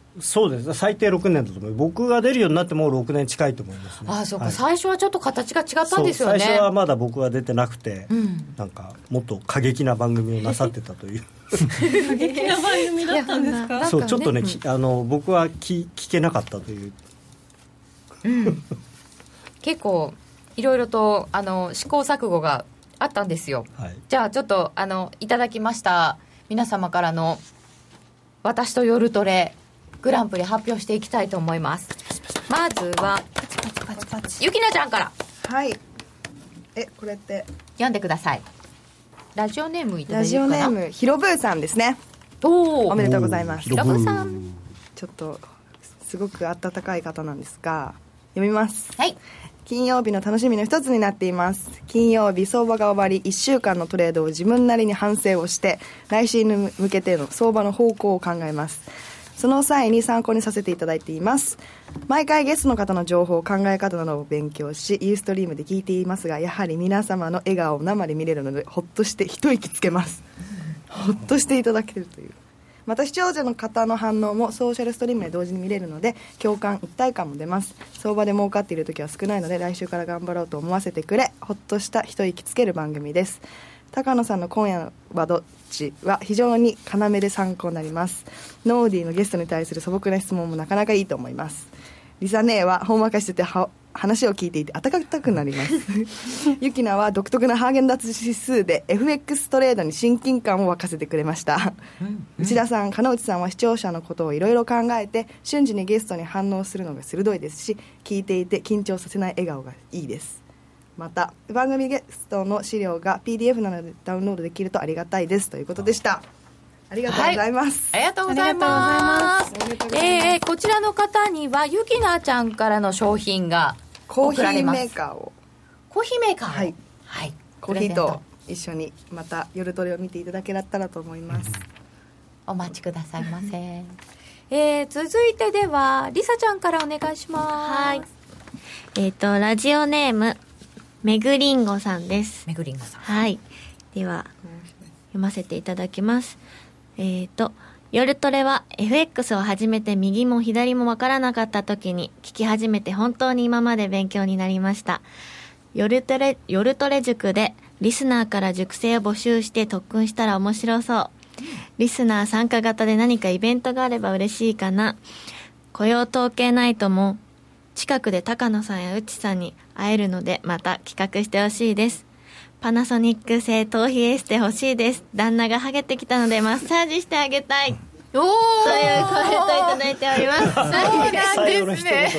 そうです、最低ろくねんだと思う。僕が出るようになってもろくねん近いと思いますね。 ああそうか、 はい、 最初はちょっと形が違ったんですよね。 最初はまだ僕は出てなくて、 うん、 なんかもっと過激な番組をなさってたという過激な番組だったんですか。 そうちょっとね、うん、あの僕は聞, 聞けなかったという、 うん、結構いろいろとあの試行錯誤があったんですよ、はい、じゃあちょっとあのいただきました皆様からの私と夜トレグランプリ発表していきたいと思います。まずはゆきなちゃんから。 はい。えこれって読んでください。ラジオネームいただいてるかな。 ラジオネームひろぶーさんですね。 おおめでとうございます。 ひろぶーさん、 ちょっとすごく温かい方なんですが読みます。 はい。 金曜日の楽しみの一つになっています。金曜日相場が終わりいっしゅうかんのトレードを自分なりに反省をして来週に向けての相場の方向を考えます。その際に参考にさせていただいています。毎回ゲストの方の情報考え方などを勉強しユーストリームで聞いていますが、やはり皆様の笑顔を生で見れるのでほっとして一息つけます。ほっとしていただけるという。また視聴者の方の反応もソーシャルストリームで同時に見れるので共感一体感も出ます。相場で儲かっている時は少ないので来週から頑張ろうと思わせてくれ、ほっとした一息つける番組です。高野さんの今夜はどっちは非常に要で参考になります。ノーディーのゲストに対する素朴な質問もなかなかいいと思います。リサ姉はほんわかしてては話を聞いていて温かくなりますユキナは独特なハーゲンダッツ指数で エフエックス トレードに親近感を湧かせてくれました、うんうん、内田さん、金内さんは視聴者のことをいろいろ考えて瞬時にゲストに反応するのが鋭いですし、聞いていて緊張させない笑顔がいいです。また番組ゲストの資料が ピーディーエフ などでダウンロードできるとありがたいですということでした。ありがとうございます、 はい、ありがとうございます。えー、こちらの方にはゆきなちゃんからの商品が送られます。 コーヒーメーカーをコーヒーメーカーを、 はいはい、 コーヒーと一緒にまた夜トレを見ていただけたらと思います。 お待ちくださいませえー、続いてではりさちゃんからお願いします。 はい、えっ、ー、とラジオネームめぐりんごさんです。 めぐりんごさん、 はい、では読ませていただきます。えーと夜トレは エフエックス を始めて右も左もわからなかった時に聞き始めて本当に今まで勉強になりました。夜トレ、夜トレ塾でリスナーから塾生を募集して特訓したら面白そう。リスナー参加型で何かイベントがあれば嬉しいかな。雇用統計ナイトも近くで高野さんや内さんに会えるのでまた企画してほしいです。パナソニック製頭皮エステ欲しいです。旦那がハゲてきたのでマッサージしてあげたい。おー、そういうコメントいただいております。そうなんですね。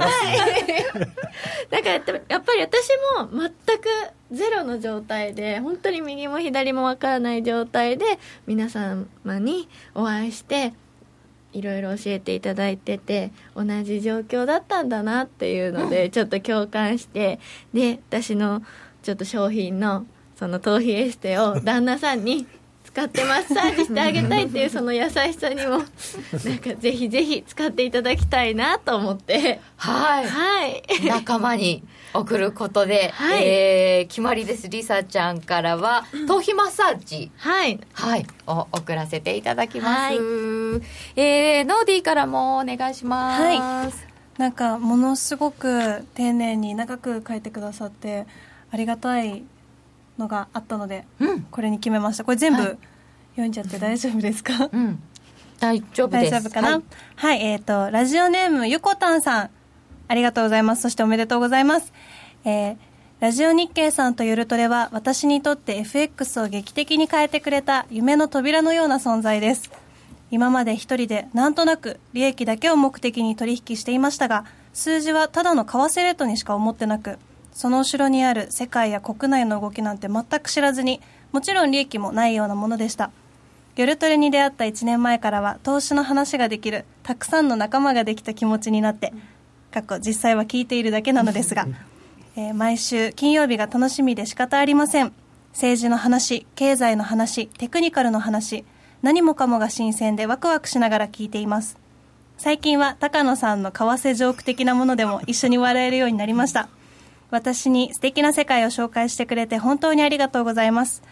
だからやっぱり私も全くゼロの状態で本当に右も左もわからない状態で皆様にお会いしていろいろ教えていただいてて同じ状況だったんだなっていうのでちょっと共感して、で私のちょっと商品のその頭皮エステを旦那さんに使ってマッサージしてあげたいっていうその優しさにもなんかぜひぜひ使っていただきたいなと思ってはい、 はい、 仲間に送ることで、 はい、 えー、決まりです。りさちゃんからは頭皮マッサージ、 はい、 はい、を送らせていただきます、 はい、 えー、ノーディーからもお願いします。はい、 なんかものすごく丁寧に長く書いてくださってありがたいのがあったので、うん、これに決めました。これ全部、はい、読んじゃって大丈夫ですか？ うん、大丈夫です。 大丈夫かな？はい、はい、えっ、ー、とラジオネームゆこたんさん、ありがとうございます。そしておめでとうございます。えー、ラジオ日経さんとゆるトレは私にとって エフエックス を劇的に変えてくれた夢の扉のような存在です。今まで一人でなんとなく利益だけを目的に取引していましたが、数字はただの為替レートにしか思ってなく、その後ろにある世界や国内の動きなんて全く知らずに、もちろん利益もないようなものでした。夜トレに出会ったいちねんまえからは投資の話ができるたくさんの仲間ができた気持ちになって、かっこ実際は聞いているだけなのですが、えー、毎週金曜日が楽しみで仕方ありません。政治の話、経済の話、テクニカルの話、何もかもが新鮮でワクワクしながら聞いています。最近は高野さんの為替ジョーク的なものでも一緒に笑えるようになりました。私に素敵な世界を紹介してくれて本当にありがとうございます。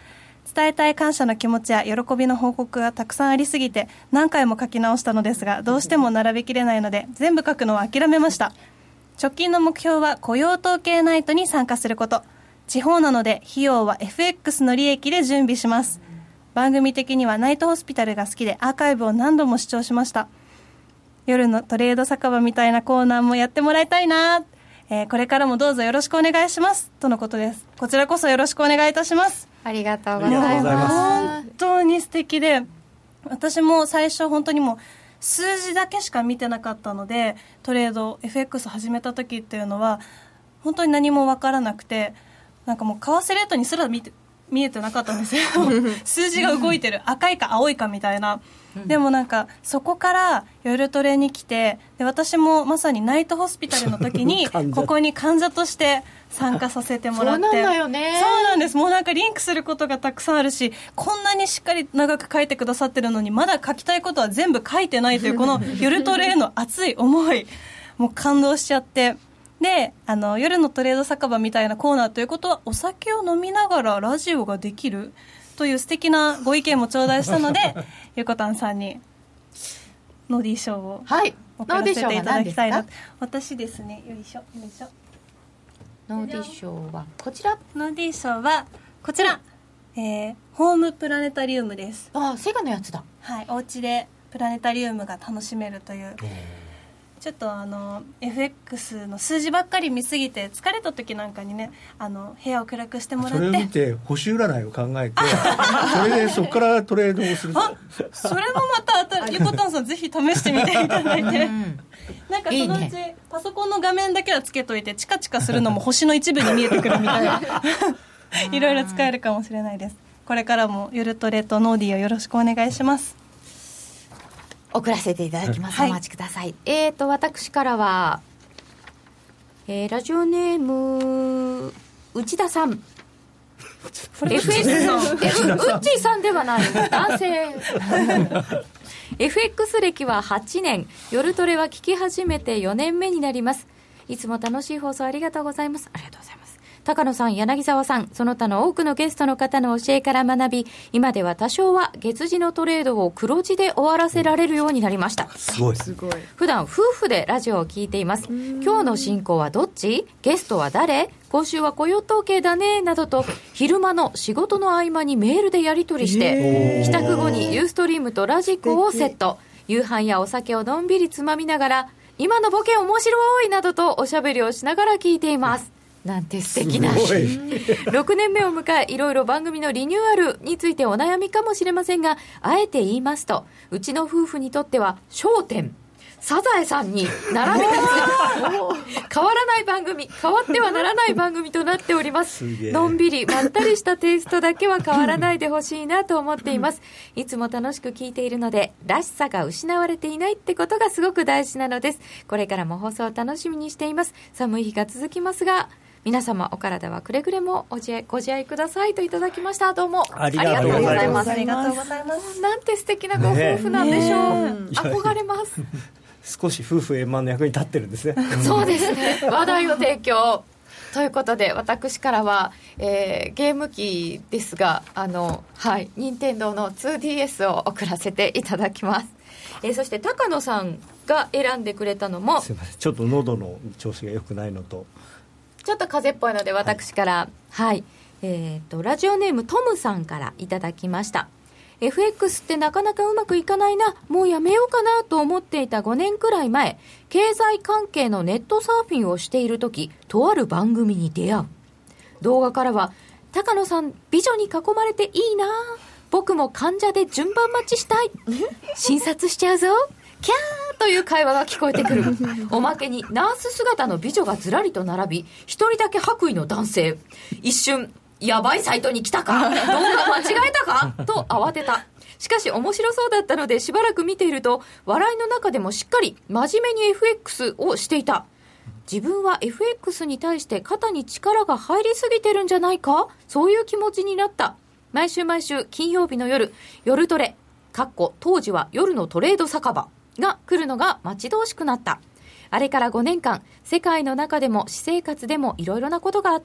伝えたい感謝の気持ちや喜びの報告がたくさんありすぎて何回も書き直したのですが、どうしても並べきれないので全部書くのは諦めました。直近の目標は雇用統計ナイトに参加すること。地方なので費用は エフエックス の利益で準備します。番組的にはナイトホスピタルが好きでアーカイブを何度も視聴しました。夜のトレード酒場みたいなコーナーもやってもらいたいな、えー、これからもどうぞよろしくお願いしますとのことです。こちらこそよろしくお願いいたします。 ありがとうございます。 本当に素敵で、私も最初本当にもう数字だけしか見てなかったので、トレード エフエックス 始めた時っていうのは本当に何も分からなくて、なんかもう為替レートにすら見て見えてなかったんですよ数字が動いてる、赤いか青いかみたいな。でもなんかそこから夜トレに来て、で私もまさにナイトホスピタルの時にここに患者として参加させてもらって。 そうなんだよね。 そうなんです。もうなんかリンクすることがたくさんあるし、こんなにしっかり長く書いてくださってるのにまだ書きたいことは全部書いてないというこの夜トレへの熱い思い、もう感動しちゃって。で、あの夜のトレード酒場みたいなコーナーということは、お酒を飲みながらラジオができるという素敵なご意見も頂戴したのでゆこたんさんにノーディー賞を送らせていただきたいな、はい、私ですね、よいしょよいしょ。 ノーディー賞はこちら。 ノーディー賞はこちら、えー、ホームプラネタリウムです。 ああ、セガのやつだ。 はい、お家でプラネタリウムが楽しめるという。ちょっとあの エフエックス の数字ばっかり見すぎて疲れた時なんかにね、あの部屋を暗くしてもらって、それを見て星占いを考えてそれでそこからトレードをする。 あ、それもまたゆこたんさんぜひ試してみていただいて、うん、なんかそのうちいい、ね、パソコンの画面だけはつけといてチカチカするのも星の一部に見えてくるみたいないろいろ使えるかもしれないです。これからも夜トレとノーディーをよろしくお願いします。 送らせていただきます、はい、お待ちください。えーと私からは、えー、ラジオネーム内田さんエフエックス のウッチーさんではない男性エフエックス 歴ははちねん、夜トレは聞き始めてよねんめになります。いつも楽しい放送ありがとうございます。ありがとうございます。高野さん、柳沢さん、その他の多くのゲストの方の教えから学び、今では多少は月次のトレードを黒字で終わらせられるようになりました。 すごい。 普段夫婦でラジオを聞いています。今日の進行はどっち？ゲストは誰？今週は雇用統計だねなどと昼間の仕事の合間にメールでやり取りして、帰宅後にユーストリームとラジコをセット。夕飯やお酒をのんびりつまみながら、今のボケ面白いなどとおしゃべりをしながら聞いています。なんて素敵なろくねんめを迎え、いろいろ番組のリニューアルについてお悩みかもしれませんが、あえて言いますと、うちの夫婦にとっては笑点サザエさんに並び立つ変わらない番組、変わってはならない番組となっております。のんびりまったりしたテイストだけは変わらないでほしいなと思っています。いつも楽しく聞いているので、らしさが失われていないってことがすごく大事なのです。これからも放送を楽しみにしています。寒い日が続きますが、皆様お体はくれぐれもお自愛ご自愛くださいといただきました。どうもありがとうございます。 ありがとうございます。 なんて素敵なご夫婦なんでしょう、ね、憧れます少し夫婦円満の役に立ってるんですねそうですね、話題を提供ということで、私からは、えー、ゲーム機ですが、あの、はい、任天堂の ツーディーエス を送らせていただきます。えー、そして高野さんが選んでくれたのも、 すいません、ちょっと喉の調子が良くないのとちょっと風邪っぽいので私から、はい、はい、えーと、ラジオネームトムさんからいただきました。 エフエックス ってなかなかうまくいかないな、もうやめようかなと思っていたごねんくらい前、経済関係のネットサーフィンをしている時、とある番組に出会う。動画からは、高野さん美女に囲まれていいな、僕も患者で順番待ちしたい、診察しちゃうぞ、キャーという会話が聞こえてくる。おまけにナース姿の美女がずらりと並び、一人だけ白衣の男性。一瞬、やばいサイトに来たか、動画間違えたかと慌てた。しかし面白そうだったのでしばらく見ていると、笑いの中でもしっかり真面目に エフエックス をしていた。自分は エフエックス に対して肩に力が入りすぎてるんじゃないか、そういう気持ちになった。毎週毎週金曜日の夜、夜トレ、かっこ当時は夜のトレード酒場が来るのが待ち遠しくなった。あれからごねんかん、世界の中でも私生活でもいろいろなことがあった。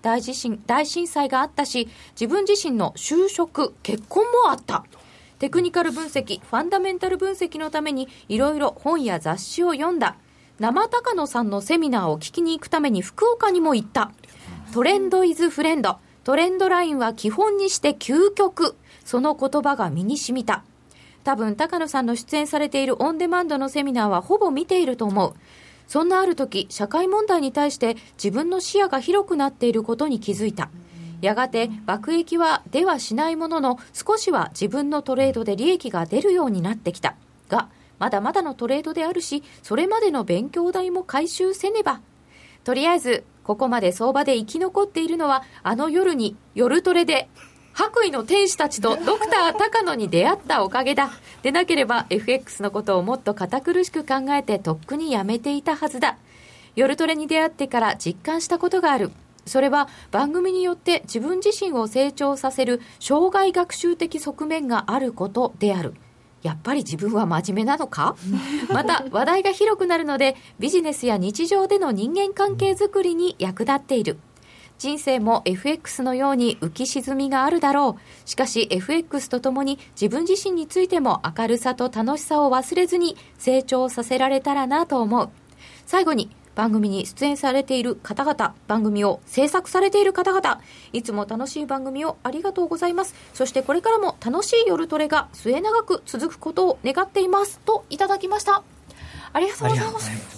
大地震、大震災があったし、自分自身の就職、結婚もあった。テクニカル分析、ファンダメンタル分析のためにいろいろ本や雑誌を読んだ。生高野さんのセミナーを聞きに行くために福岡にも行った。トレンドイズフレンド、トレンドラインは基本にして究極、その言葉が身に染みた。多分高野さんの出演されているオンデマンドのセミナーはほぼ見ていると思う。そんなある時、社会問題に対して自分の視野が広くなっていることに気づいた。やがて爆益は出はしないものの、少しは自分のトレードで利益が出るようになってきたが、まだまだのトレードであるし、それまでの勉強代も回収せねば。とりあえずここまで相場で生き残っているのは、あの夜に夜トレで白衣の天使たちとドクター高野に出会ったおかげだ。でなければ エフエックス のことをもっと堅苦しく考えてとっくにやめていたはずだ。夜トレに出会ってから実感したことがある。それは番組によって自分自身を成長させる生涯学習的側面があることである。やっぱり自分は真面目なのか？また話題が広くなるので、ビジネスや日常での人間関係づくりに役立っている。人生も エフエックス のように浮き沈みがあるだろう。しかし エフエックス とともに自分自身についても明るさと楽しさを忘れずに成長させられたらなと思う。最後に、番組に出演されている方々、番組を制作されている方々、いつも楽しい番組をありがとうございます。そしてこれからも楽しい夜トレが末永く続くことを願っていますといただきました。ありがとうございます。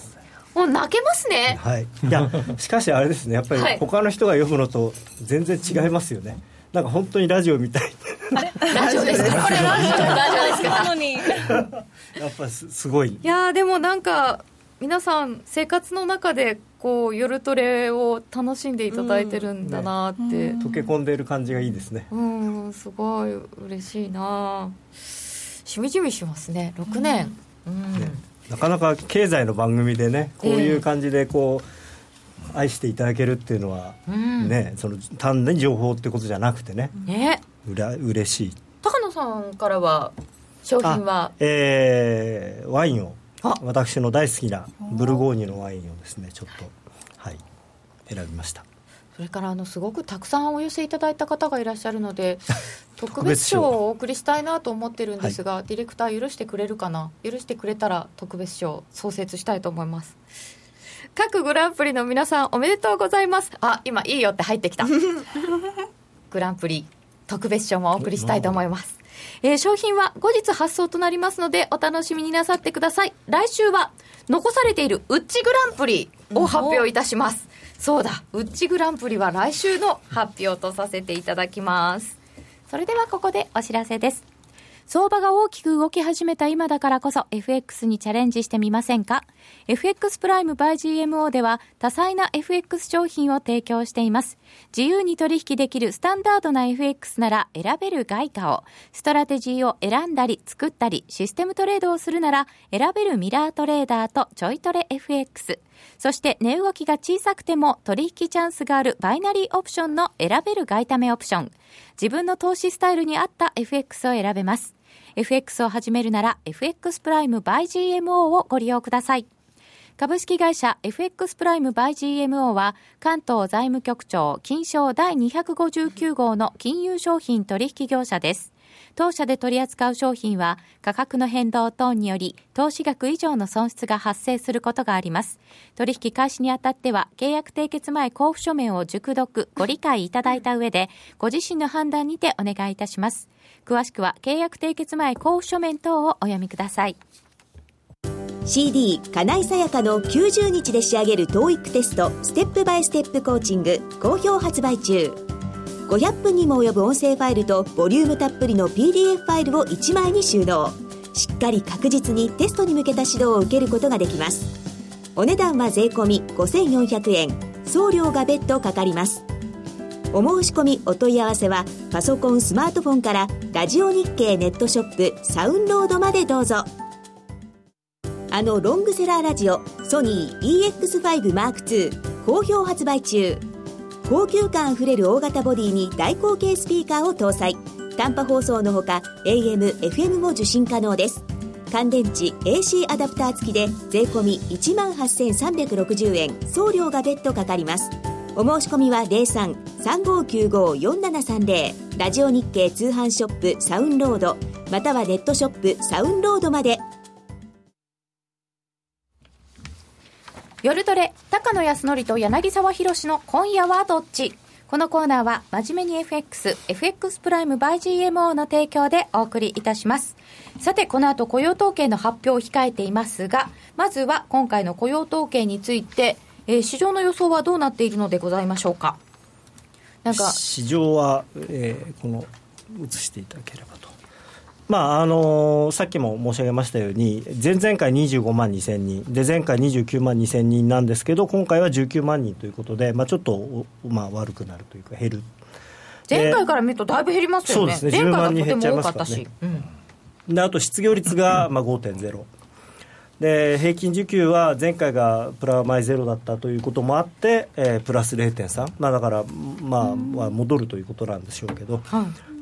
もう泣けますね。 はい、いやしかしあれですね、やっぱり他の人が読むのと全然違いますよね。なんか本当にラジオみたい。 あれラジオですか？これラジオラジオですか？なのにやっぱ す, すごい。 いやでもなんか皆さん生活の中でこう夜トレを楽しんでいただいてるんだなって、うんね、 溶け込んでいる感じがいいですね。 うんすごい嬉しいな。しみじみしますね。ろくねん、うんうんね、 なかなか経済の番組でねこういう感じでこう、えー、愛していただけるっていうのは、うんね、その単に情報ってことじゃなくてね、ねうら嬉しい。 高野さんからは商品は、 えー、ワインを私の大好きなブルゴーニュのワインをですねちょっと、はい、選びました。 それからあのすごくたくさんお寄せいただいた方がいらっしゃるので特別賞をお送りしたいなと思ってるんですが、はい、ディレクター許してくれるかな。許してくれたら特別賞創設したいと思います。各グランプリの皆さんおめでとうございます。あ、今いいよって入ってきたグランプリ特別賞もお送りしたいと思います。えー、商品は後日発送となりますのでお楽しみになさってください。来週は残されているウッチグランプリを発表いたします。そうだ、ウッチグランプリは来週の発表とさせていただきます。それではここでお知らせです。相場が大きく動き始めた今だからこそ エフエックス にチャレンジしてみませんか？ エフエックス プライム by ジーエムオー では多彩な エフエックス 商品を提供しています。自由に取引できるスタンダードな エフエックス なら選べる外貨を、ストラテジーを選んだり作ったりシステムトレードをするなら選べるミラートレーダーとちょいトレ エフエックス、そして値動きが小さくても取引チャンスがあるバイナリーオプションの選べる外為オプション。自分の投資スタイルに合った エフエックス を選べます。エフエックス を始めるなら エフエックス プライム by ジーエムオー をご利用ください。株式会社 エフエックス プライム by ジーエムオー は関東財務局長金賞だいにひゃくごじゅうきゅう号の金融商品取引業者です。当社で取り扱う商品は価格の変動等により投資額以上の損失が発生することがあります。取引開始にあたっては契約締結前交付書面を熟読ご理解いただいた上でご自身の判断にてお願いいたします。詳しくは契約締結前交付書面等をお読みください。 シーディー 金井さやかのきゅうじゅうにちで仕上げる トーイック テストステップバイステップコーチング好評発売中。ごひゃっぷんにも及ぶ音声ファイルとボリュームたっぷりの ピーディーエフ ファイルをいちまいに収納。しっかり確実にテストに向けた指導を受けることができます。お値段は税込みごせんよんひゃくえん、送料が別途かかります。お申し込みお問い合わせはパソコンスマートフォンからラジオ日経ネットショップサウンロードまでどうぞ。あのロングセラーラジオソニー イーエックスファイブマークツー 好評発売中。高級感あふれる大型ボディに大口径スピーカーを搭載。短波放送のほか エーエム、エフエム も受信可能です。乾電池 エーシー アダプター付きで税込み いちまんはっせんさんびゃくろくじゅうえん、送料が別途かかります。 お申し込みは ゼロさん さんごきゅうご よんななさんゼロ ラジオ日経通販ショップサウンロードまたはネットショップサウンロードまで。 夜トレ高野康則と柳沢博の今夜はどっち。このコーナーは真面目に エフエックス エフエックス プライム by ジーエムオー の提供でお送りいたします。さてこの後雇用統計の発表を控えていますが、まずは今回の雇用統計について、えー、市場の予想はどうなっているのでございましょうか。なんか市場は、えー、この映していただければと。まああのー、さっきも申し上げましたように前々回にじゅうごまんにせんにんで前回にじゅうきゅうまんにせんにんなんですけど、今回はじゅうきゅうまんにんということで、まあ、ちょっと、まあ、悪くなるというか減る。 前回から見るとだいぶ減りますよね。 そうですね、 前回がとてじゅうまんにん減っちゃいも多ますからね。 かったし、うん、 であと失業率がまあ ごてんゼロ で平均需給は前回がプラマイゼロだったということもあって、えー、プラス ゼロてんさん、まあ、だから、まあ、まあ戻るということなんでしょうけど、はい、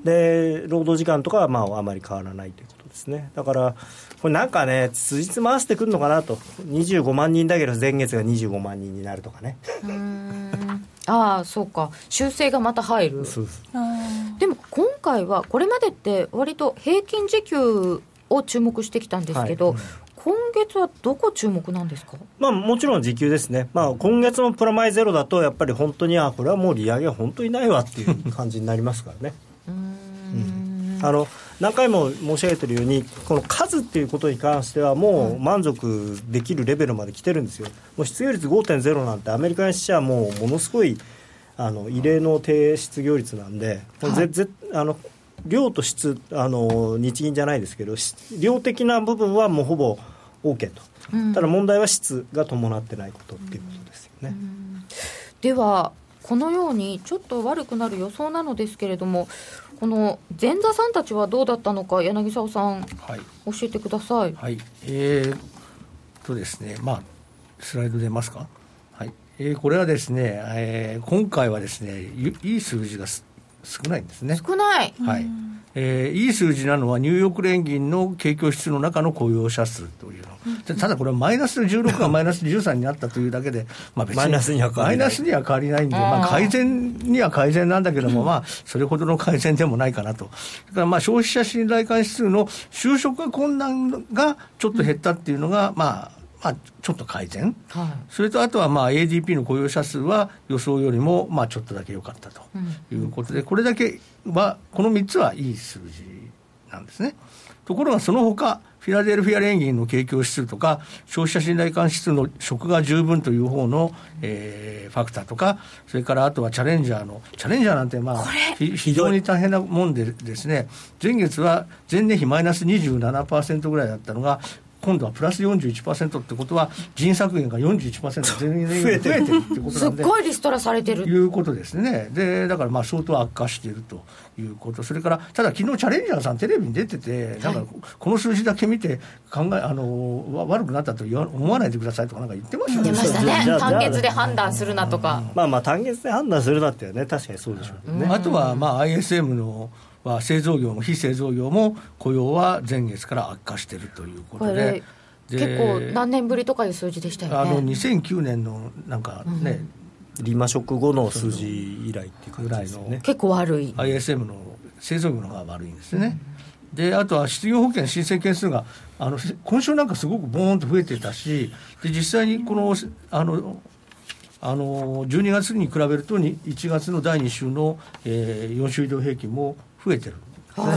で労働時間とかはまああまり変わらないということですね。だからこれなんかね辻褄合わせてくるのかなと。にじゅうごまんにんだけど前月がにじゅうごまんにんになるとかね。 うーんああそうか、修正がまた入る。 そうでも今回はこれまでって割と平均時給を注目してきたんですけど、はい、今月はどこ注目なんですか。 まあ、もちろん時給ですね、まあ、今月のプラマイゼロだとやっぱり本当にあこれはもう利上げは本当にないわっていう感じになりますからねうーん、うん、あの何回も申し上げているようにこの数っていうことに関してはもう満足できるレベルまで来てるんですよ。もう失業率 ごてんゼロ なんてアメリカにしちゃもうものすごいあの異例の低失業率なんで、はい、ぜぜあの量と質あの日銀じゃないですけど量的な部分はもうほぼ OK と、うん、ただ問題は質が伴ってないことっていうことですよね、うんうん、 ではこのようにちょっと悪くなる予想なのですけれども、この前座さんたちはどうだったのか柳沢さん、はい、教えてください。 はい、えー、っとですねまあスライド出ますか。はい、えー、これはですね、えー、今回はですねいい数字が少ないんですね。 少ない、 はい、えー、いい数字なのはニューヨーク連銀の景況指数の中の雇用者数というの、うん、ただこれはマイナスじゅうろくがマイナスじゅうさんになったというだけで、まあ、別にマイナスには変わりない、マイナスには変わりないんで、まあ、改善には改善なんだけども、うん、まあ、それほどの改善でもないかなと。だからまあ消費者信頼感指数の就職が困難がちょっと減ったっていうのが、うん、まあまあ、ちょっと改善、はい、それとあとはまあ エーディーピー の雇用者数は予想よりもまあちょっとだけ良かったということで、これだけはこのみっつはいい数字なんですね。ところがその他フィラデルフィア連銀の景況指数とか消費者信頼感指数の職が十分という方の、えー、ファクターとか、それからあとはチャレンジャーのチャレンジャーなんてまあ非常に大変なもんでですね、前月は前年比マイナス にじゅうななパーセント ぐらいだったのが今度はプラス よんじゅういちパーセント ってことは人削減が よんじゅういちパーセント 全然増えてるってことなんですっごいリストラされてるいうことですね。でだからまあ相当悪化しているということ。それからただ昨日チャレンジャーさんテレビに出ててなんかこの数字だけ見て考えあの悪くなったと思わないでくださいとかなんか言ってましたね。 言ってましたね。単月で判断するなとか、 まあまあ単月で判断するなってね確かにそうでしょうけどね。 あとはまあ アイエスエム のは製造業も非製造業も雇用は前月から悪化しているということで、 結構何年ぶりとかいう数字でしたよね。 あのにせんきゅうねんのなんかね、 うん、リーマンショック後の数字以来っていう感じですね。 結構悪いアイエスエム の製造業の方が悪いんですね、うん、であとは失業保険申請件数があの今週なんかすごくボーンと増えてたし、で実際にこのあのあのじゅうにがつに比べるといちがつのだいに週の、えー、よん週移動平均も増えてるんですね、はい、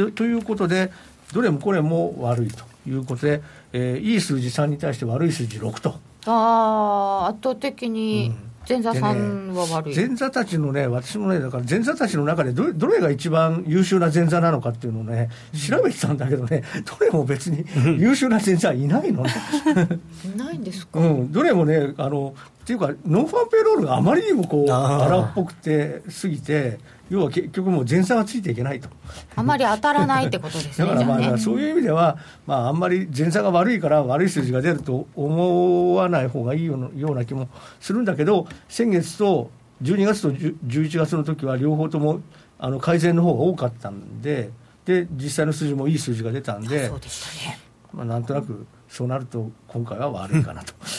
でということでどれもこれも悪いということで、えー、いい数字さんに対して悪い数字ろくと。 あ圧倒的に前座さんは悪い、 ね、前座たちのね、私もねだから前座たちの中で ど, どれが一番優秀な前座なのかっていうのをね調べてたんだけどね、どれも別に優秀な前座はいないのねいないんですか、 うん、どれもねあのっていうかノンファンペイロールがあまりにもこう荒っぽくてすぎて、要は結局もう前座がついていけないと、 あまり当たらないってことですねだからまあ、 ね、 そういう意味では、まあ、あんまり前座が悪いから悪い数字が出ると思わない方がいいような気もするんだけど、先月とじゅうにがつとじゅういちがつの時は両方ともあの改善の方が多かったんで、で実際の数字もいい数字が出たんで、 そうでしたね、 まあ、なんとなくそうなると今回は悪いかなと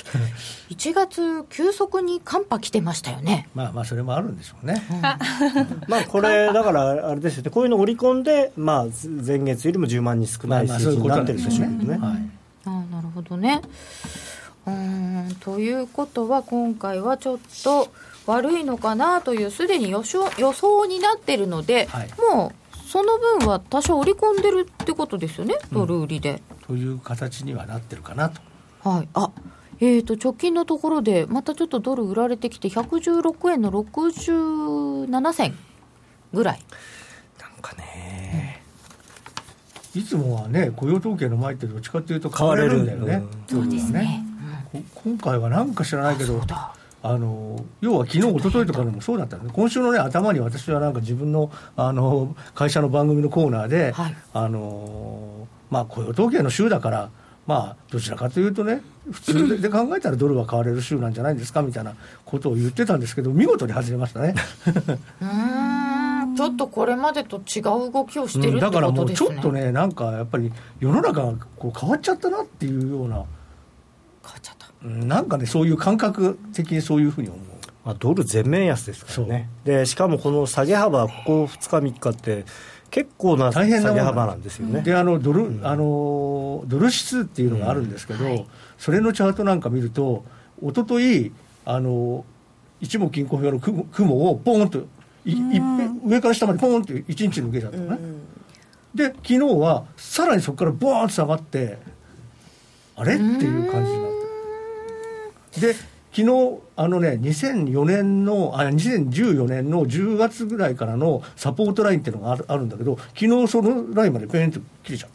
いちがつ急速に寒波来てましたよね。 まあまあそれもあるんでしょうね、うん、 まあこれだからあれですよね、こういうのを織り込んで、まあ、前月よりもじゅうまんにん少ない数字になってるでしょうけどね、 はい、あなるほどね。うーんということは今回はちょっと悪いのかなというすでに予想、予想になってるので、はい、もうその分は多少織り込んでるってことですよね、ドル売りで、 うん、という形にはなってるかなと。 はい、あえー、と直近のところでまたちょっとドル売られてきてひゃくじゅうろくえんのろくじゅうななせんぐらいなんかね、うん、いつもはね雇用統計の前ってどっちかっていうと買われるんだよね、 うん、そうですね、 うん、今回はなんか知らないけどあの要は昨日一昨日とかでもそうだったんで、今週の、ね、頭に私はなんか自分 の, あの会社の番組のコーナーで、はい、あのまあ、雇用統計の週だからまあ、どちらかというとね普通で考えたらドルは買われる週なんじゃないですかみたいなことを言ってたんですけど見事に外れましたねうーんちょっとこれまでと違う動きをしてるってことですね、うん、だからもうちょっとねなんかやっぱり世の中がこう変わっちゃったなっていうような、変わっちゃった、 うん、なんかねそういう感覚的にそういうふうに思う。 まあ、ドル全面安ですからね。でしかもこの下げ幅ここふつかみっかって結構な下げ幅なんですよね。 であのドル、うん、あのドル指数っていうのがあるんですけど、うんはい、それのチャートなんか見ると一昨日あの一目均衡表の雲、雲をポーンといい上から下までポーンといちにち抜けちゃったのね、うん、で昨日はさらにそこからボーンと下がってあれっていう感じになってで昨日あのねにせんよねんのあにせんじゅうよねんのじゅうがつぐらいからのサポートラインっていうのがあ る, あるんだけど昨日そのラインまでペンと切れちゃった。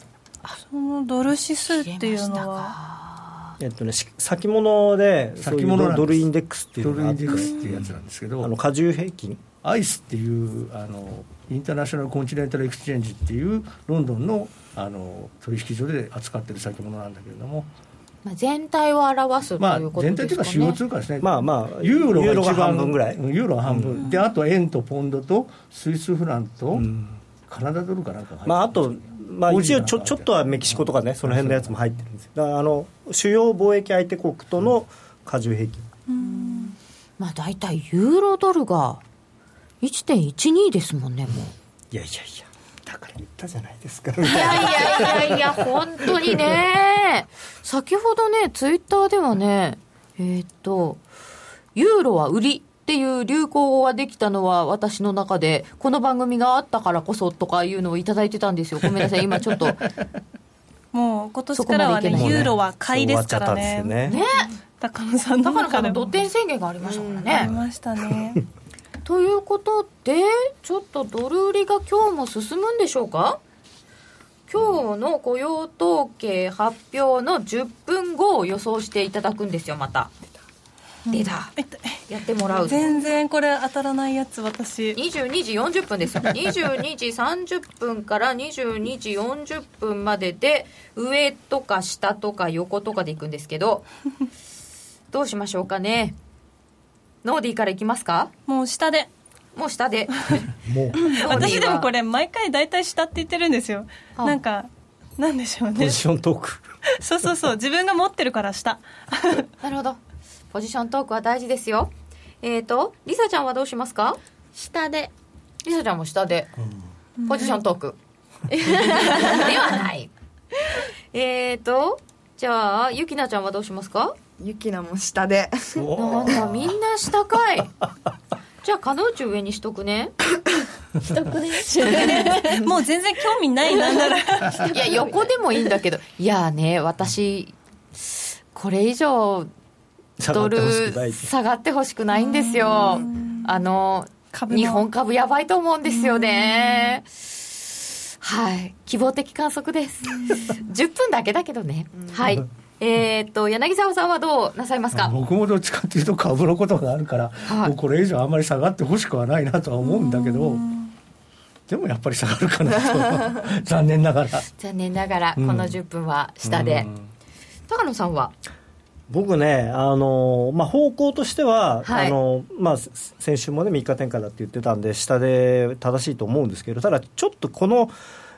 そのドル指数っていうのはえっとね、先物で先物ドルインデックスっていうのがあってドルインデックスっていうやつなんですけど、 あの加重平均アイスっていうあのインターナショナルコンチネンタルエクスチェンジっていうロンドン の, あの取引所で扱ってる先物なんだけれども、 まあ、全体を表すということですかね、まあ、 全体というか主要通貨ですね、 まあまあ、 ユーロが一番半分ぐらい、 ユーロが半分、うん、であと円とポンドとスイスフランと、うん、カナダドルかなんか入ってる、 まあ、あと、まあ、一応ち ょ, ちょっとはメキシコとかね、その辺のやつも入ってるんですよ。だからあの主要貿易相手国との加重平均、 うん、まあ、大体ユーロドルが いってんいちに ですもんね。もういやいやいやだから言ったじゃないですか。いやいやいやいや本当にね先ほどねツイッターではねえー、っとユーロは売りっていう流行語ができたのは私の中でこの番組があったからこそとかいうのをいただいてたんですよ。ごめんなさい今ちょっともう今年からはねユーロは買いですからね。 ねね高野さんの高野さんの土点宣言がありましたからね。 ありましたねということでちょっとドル売りが今日も進むんでしょうか。今日の雇用統計発表のじゅっぷんごを予想していただくんですよ。また出た、うん、やってもらう。 全然これ当たらないやつ。私にじゅうにじよんじゅっぷんですよにじゅうにじさんじゅっぷんからにじゅうにじよんじゅっぷんまでで上とか下とか横とかでいくんですけどどうしましょうかね。ノーディーからいきますか。 もう下でもう下でもう私でもこれ毎回大体下って言ってるんですよ。なんかなんでしょうね、 ポジショントークそうそうそう自分が持ってるから下なるほど、ポジショントークは大事ですよ。えーとリサちゃんはどうしますか。 下で。 リサちゃんも下で、うん、ポジショントークではないえーとじゃあゆきなちゃんはどうしますか。 ゆきなも下で。 なんだみんな下かいじゃあ金内上にしとくねしとくねもう全然興味ないなんだろういや横でもいいんだけど、いやね私これ以上ドル下がってほしくないんですよ。あの日本株やばいと思うんですよね。はい希望的観測ですじゅっぷんだけだけどね。はいえー、と柳沢さんはどうなさいますか。 僕もどっちかっていうと株のことがあるから、はい、もうこれ以上あんまり下がってほしくはないなとは思うんだけど、でもやっぱり下がるかなと残念ながら残念ながらこのじゅっぷんは下で、高野さんは。 僕ねあの、まあ、方向としては、はい、あのまあ、先週もねみっか転換だって言ってたんで下で正しいと思うんですけど、ただちょっとこの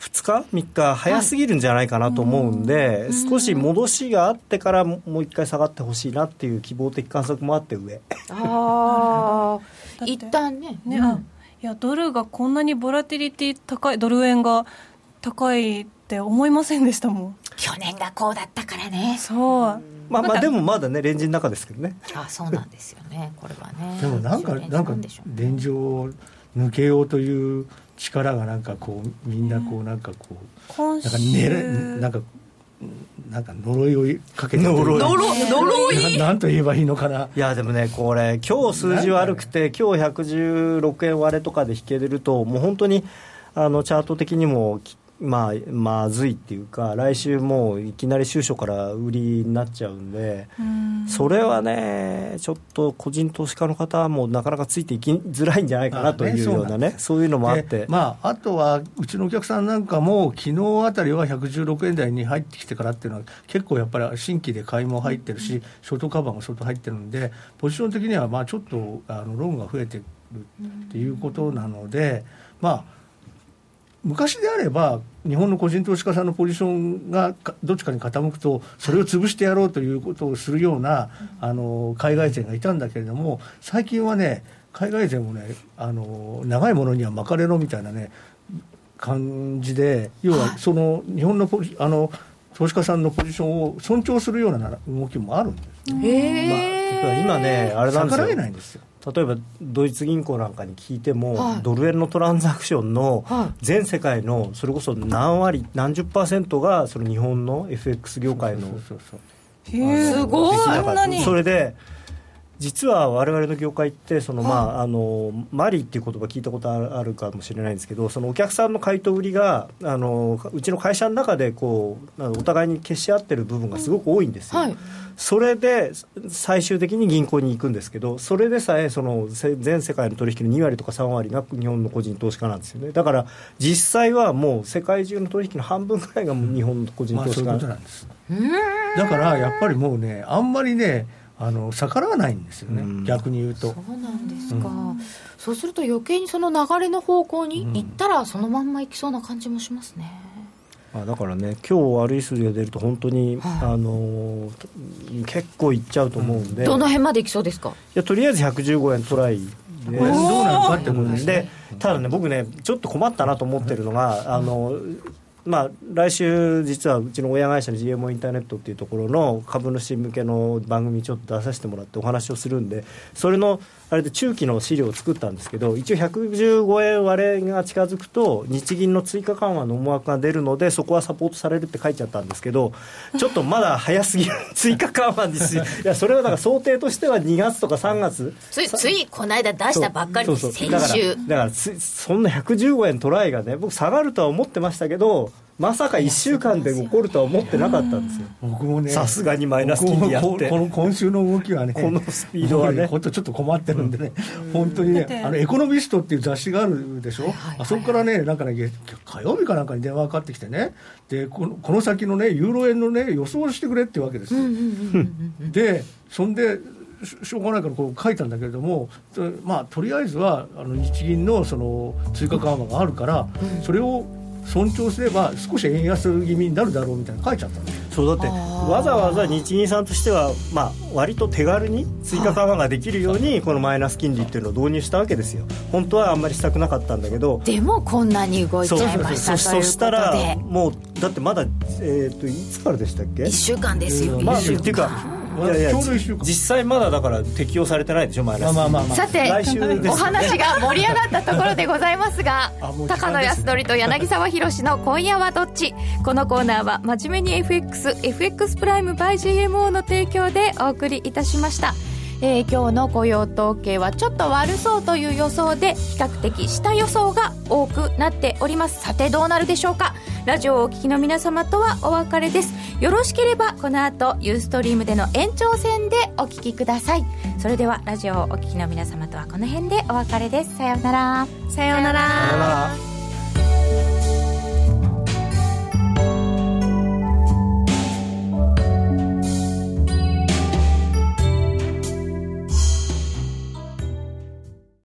ふつかみっか早すぎるんじゃないかなと思うんで、はい、少し戻しがあってからもう一回下がってほしいなっていう希望的観測もあって上ああ一旦ねね、うん、いやドルがこんなにボラティリティ高い、ドル円が高いって思いませんでしたもん。 去年がこうだったからね。 そう、 まあまあでもまだねレンジの中ですけどね。 あ、そうなんですよねこれはね。 でもなんかなんかレンジを抜けようという力がなんかこうみんなこうなんかこうなんか狙なんかなんか呪いをかけて呪い呪いなんと言えばいいのかな。 いやでもねこれ今日数字悪くて今日ひゃくじゅうろくえん割れとかで引けれるともう本当にあのチャート的にもまあ、まずいっていうか来週もういきなり週初から売りになっちゃうんで、うんそれはねちょっと個人投資家の方もなかなかついていきづらいんじゃないかなというようなね、そうそういうのもあって、 まあ、あとはうちのお客さんなんかも昨日あたりはひゃくじゅうろくえん台に入ってきてからっていうのは結構やっぱり新規で買いも入ってるし、うん、ショートカバーも相当入ってるんでポジション的にはまあちょっとあのローンが増えてるっていうことなので、まあ昔であれば日本の個人投資家さんのポジションがどっちかに傾くとそれを潰してやろうということをするようなあの海外勢がいたんだけれども、最近はね海外勢もねあの長いものには巻かれろみたいなね感じで、要はその日本のポジあの投資家さんのポジションを尊重するような動きもあるんですね。 へー、まあ、今ねあれなんですよ、逆らえないんですよ。 例えばドイツ銀行なんかに聞いても、はい、ドル円のトランザクションの全世界のそれこそ何割何十パーセントがその日本の エフエックス 業界のすごいそれで実は我々の業界ってその、まあ、あのマリーっていう言葉聞いたことあるかもしれないんですけど、そのお客さんの買いと売りがあのうちの会社の中でこうお互いに消し合ってる部分がすごく多いんですよ、はい、それで最終的に銀行に行くんですけど、それでさえその全世界の取引のに割とかさん割が日本の個人投資家なんですよね。だから実際はもう世界中の取引の半分くらいがもう日本の個人投資家、 まあ、そういうことなんです。だからやっぱりもうねあんまりねあの逆らわないんですよね、うん、逆に言うと。 そうなんですか、うん、そうすると余計にその流れの方向に行ったらそのまんま行きそうな感じもしますね、 うん、まあ、だからね今日悪い数字が出ると本当に、はい、あの結構いっちゃうと思うんで、うん、 どの辺までいきそうですか。いやとりあえずひゃくじゅうごえんトライでどうなのかってことですね。 でただね僕ねちょっと困ったなと思ってるのが、あのまあ、来週実はうちの親会社の ジーエムオー インターネットっていうところの株主向けの番組ちょっと出させてもらってお話をするんで、それのあれで中期の資料を作ったんですけど、一応ひゃくじゅうごえん割れが近づくと日銀の追加緩和の思惑が出るのでそこはサポートされるって書いちゃったんですけど、ちょっとまだ早すぎる追加緩和ですよ。いやそれはだから想定としてはにがつとかさんがつついついこの間出したばっかりです。先週だからだからつそんなひゃくじゅうごえんトライがね僕下がるとは思ってましたけどまさかいっしゅうかんで起こるとは思ってなかったんですよ。 僕もねさすがにマイナス金利やってこの今週の動きはねこのスピードはね本当ちょっと困ってるんでね、うん、本当にねあのエコノミストっていう雑誌があるでしょ、はいはいはい、あそこからねなんかね火曜日かなんかに電話がかかってきてね、でこの、この先のねユーロ円のね予想してくれっていうわけですよ、うんうんうんうん、でそんでしょうがないからこう書いたんだけれども、まあ、とりあえずはあの日銀のその追加緩和があるから、うん、それを尊重すれば少し円安気味になるだろうみたいな書いちゃったんですよ。 そうだってわざわざ日銀さんとしては、まあ、割と手軽に追加緩和ができるようにこのマイナス金利っていうのを導入したわけですよ。本当はあんまりしたくなかったんだけどでもこんなに動いちゃいましたということで、 そしたらもうだってまだ、えー、といつからでしたっけ。 いっしゅうかんですよ、 まあ、っていうかいやいやちょうどいっしゅうかん実際まだだから適用されてないでしょマイナス、まあまあまあまあ、 さて来週です、ね、お話が盛り上がったところでございますが高野康則と柳沢博の今夜はどっち。このコーナーは真面目に エフエックス エフエックス プライム by ジーエムオー の提供でお送りいたしました。えー、今日の雇用統計はちょっと悪そうという予想で比較的下予想が多くなっております。さてどうなるでしょうか。ラジオをお聞きの皆様とはお別れです。よろしければこの後ユーストリームでの延長戦でお聞きください。それではラジオをお聞きの皆様とはこの辺でお別れです。さようなら。 さようなら。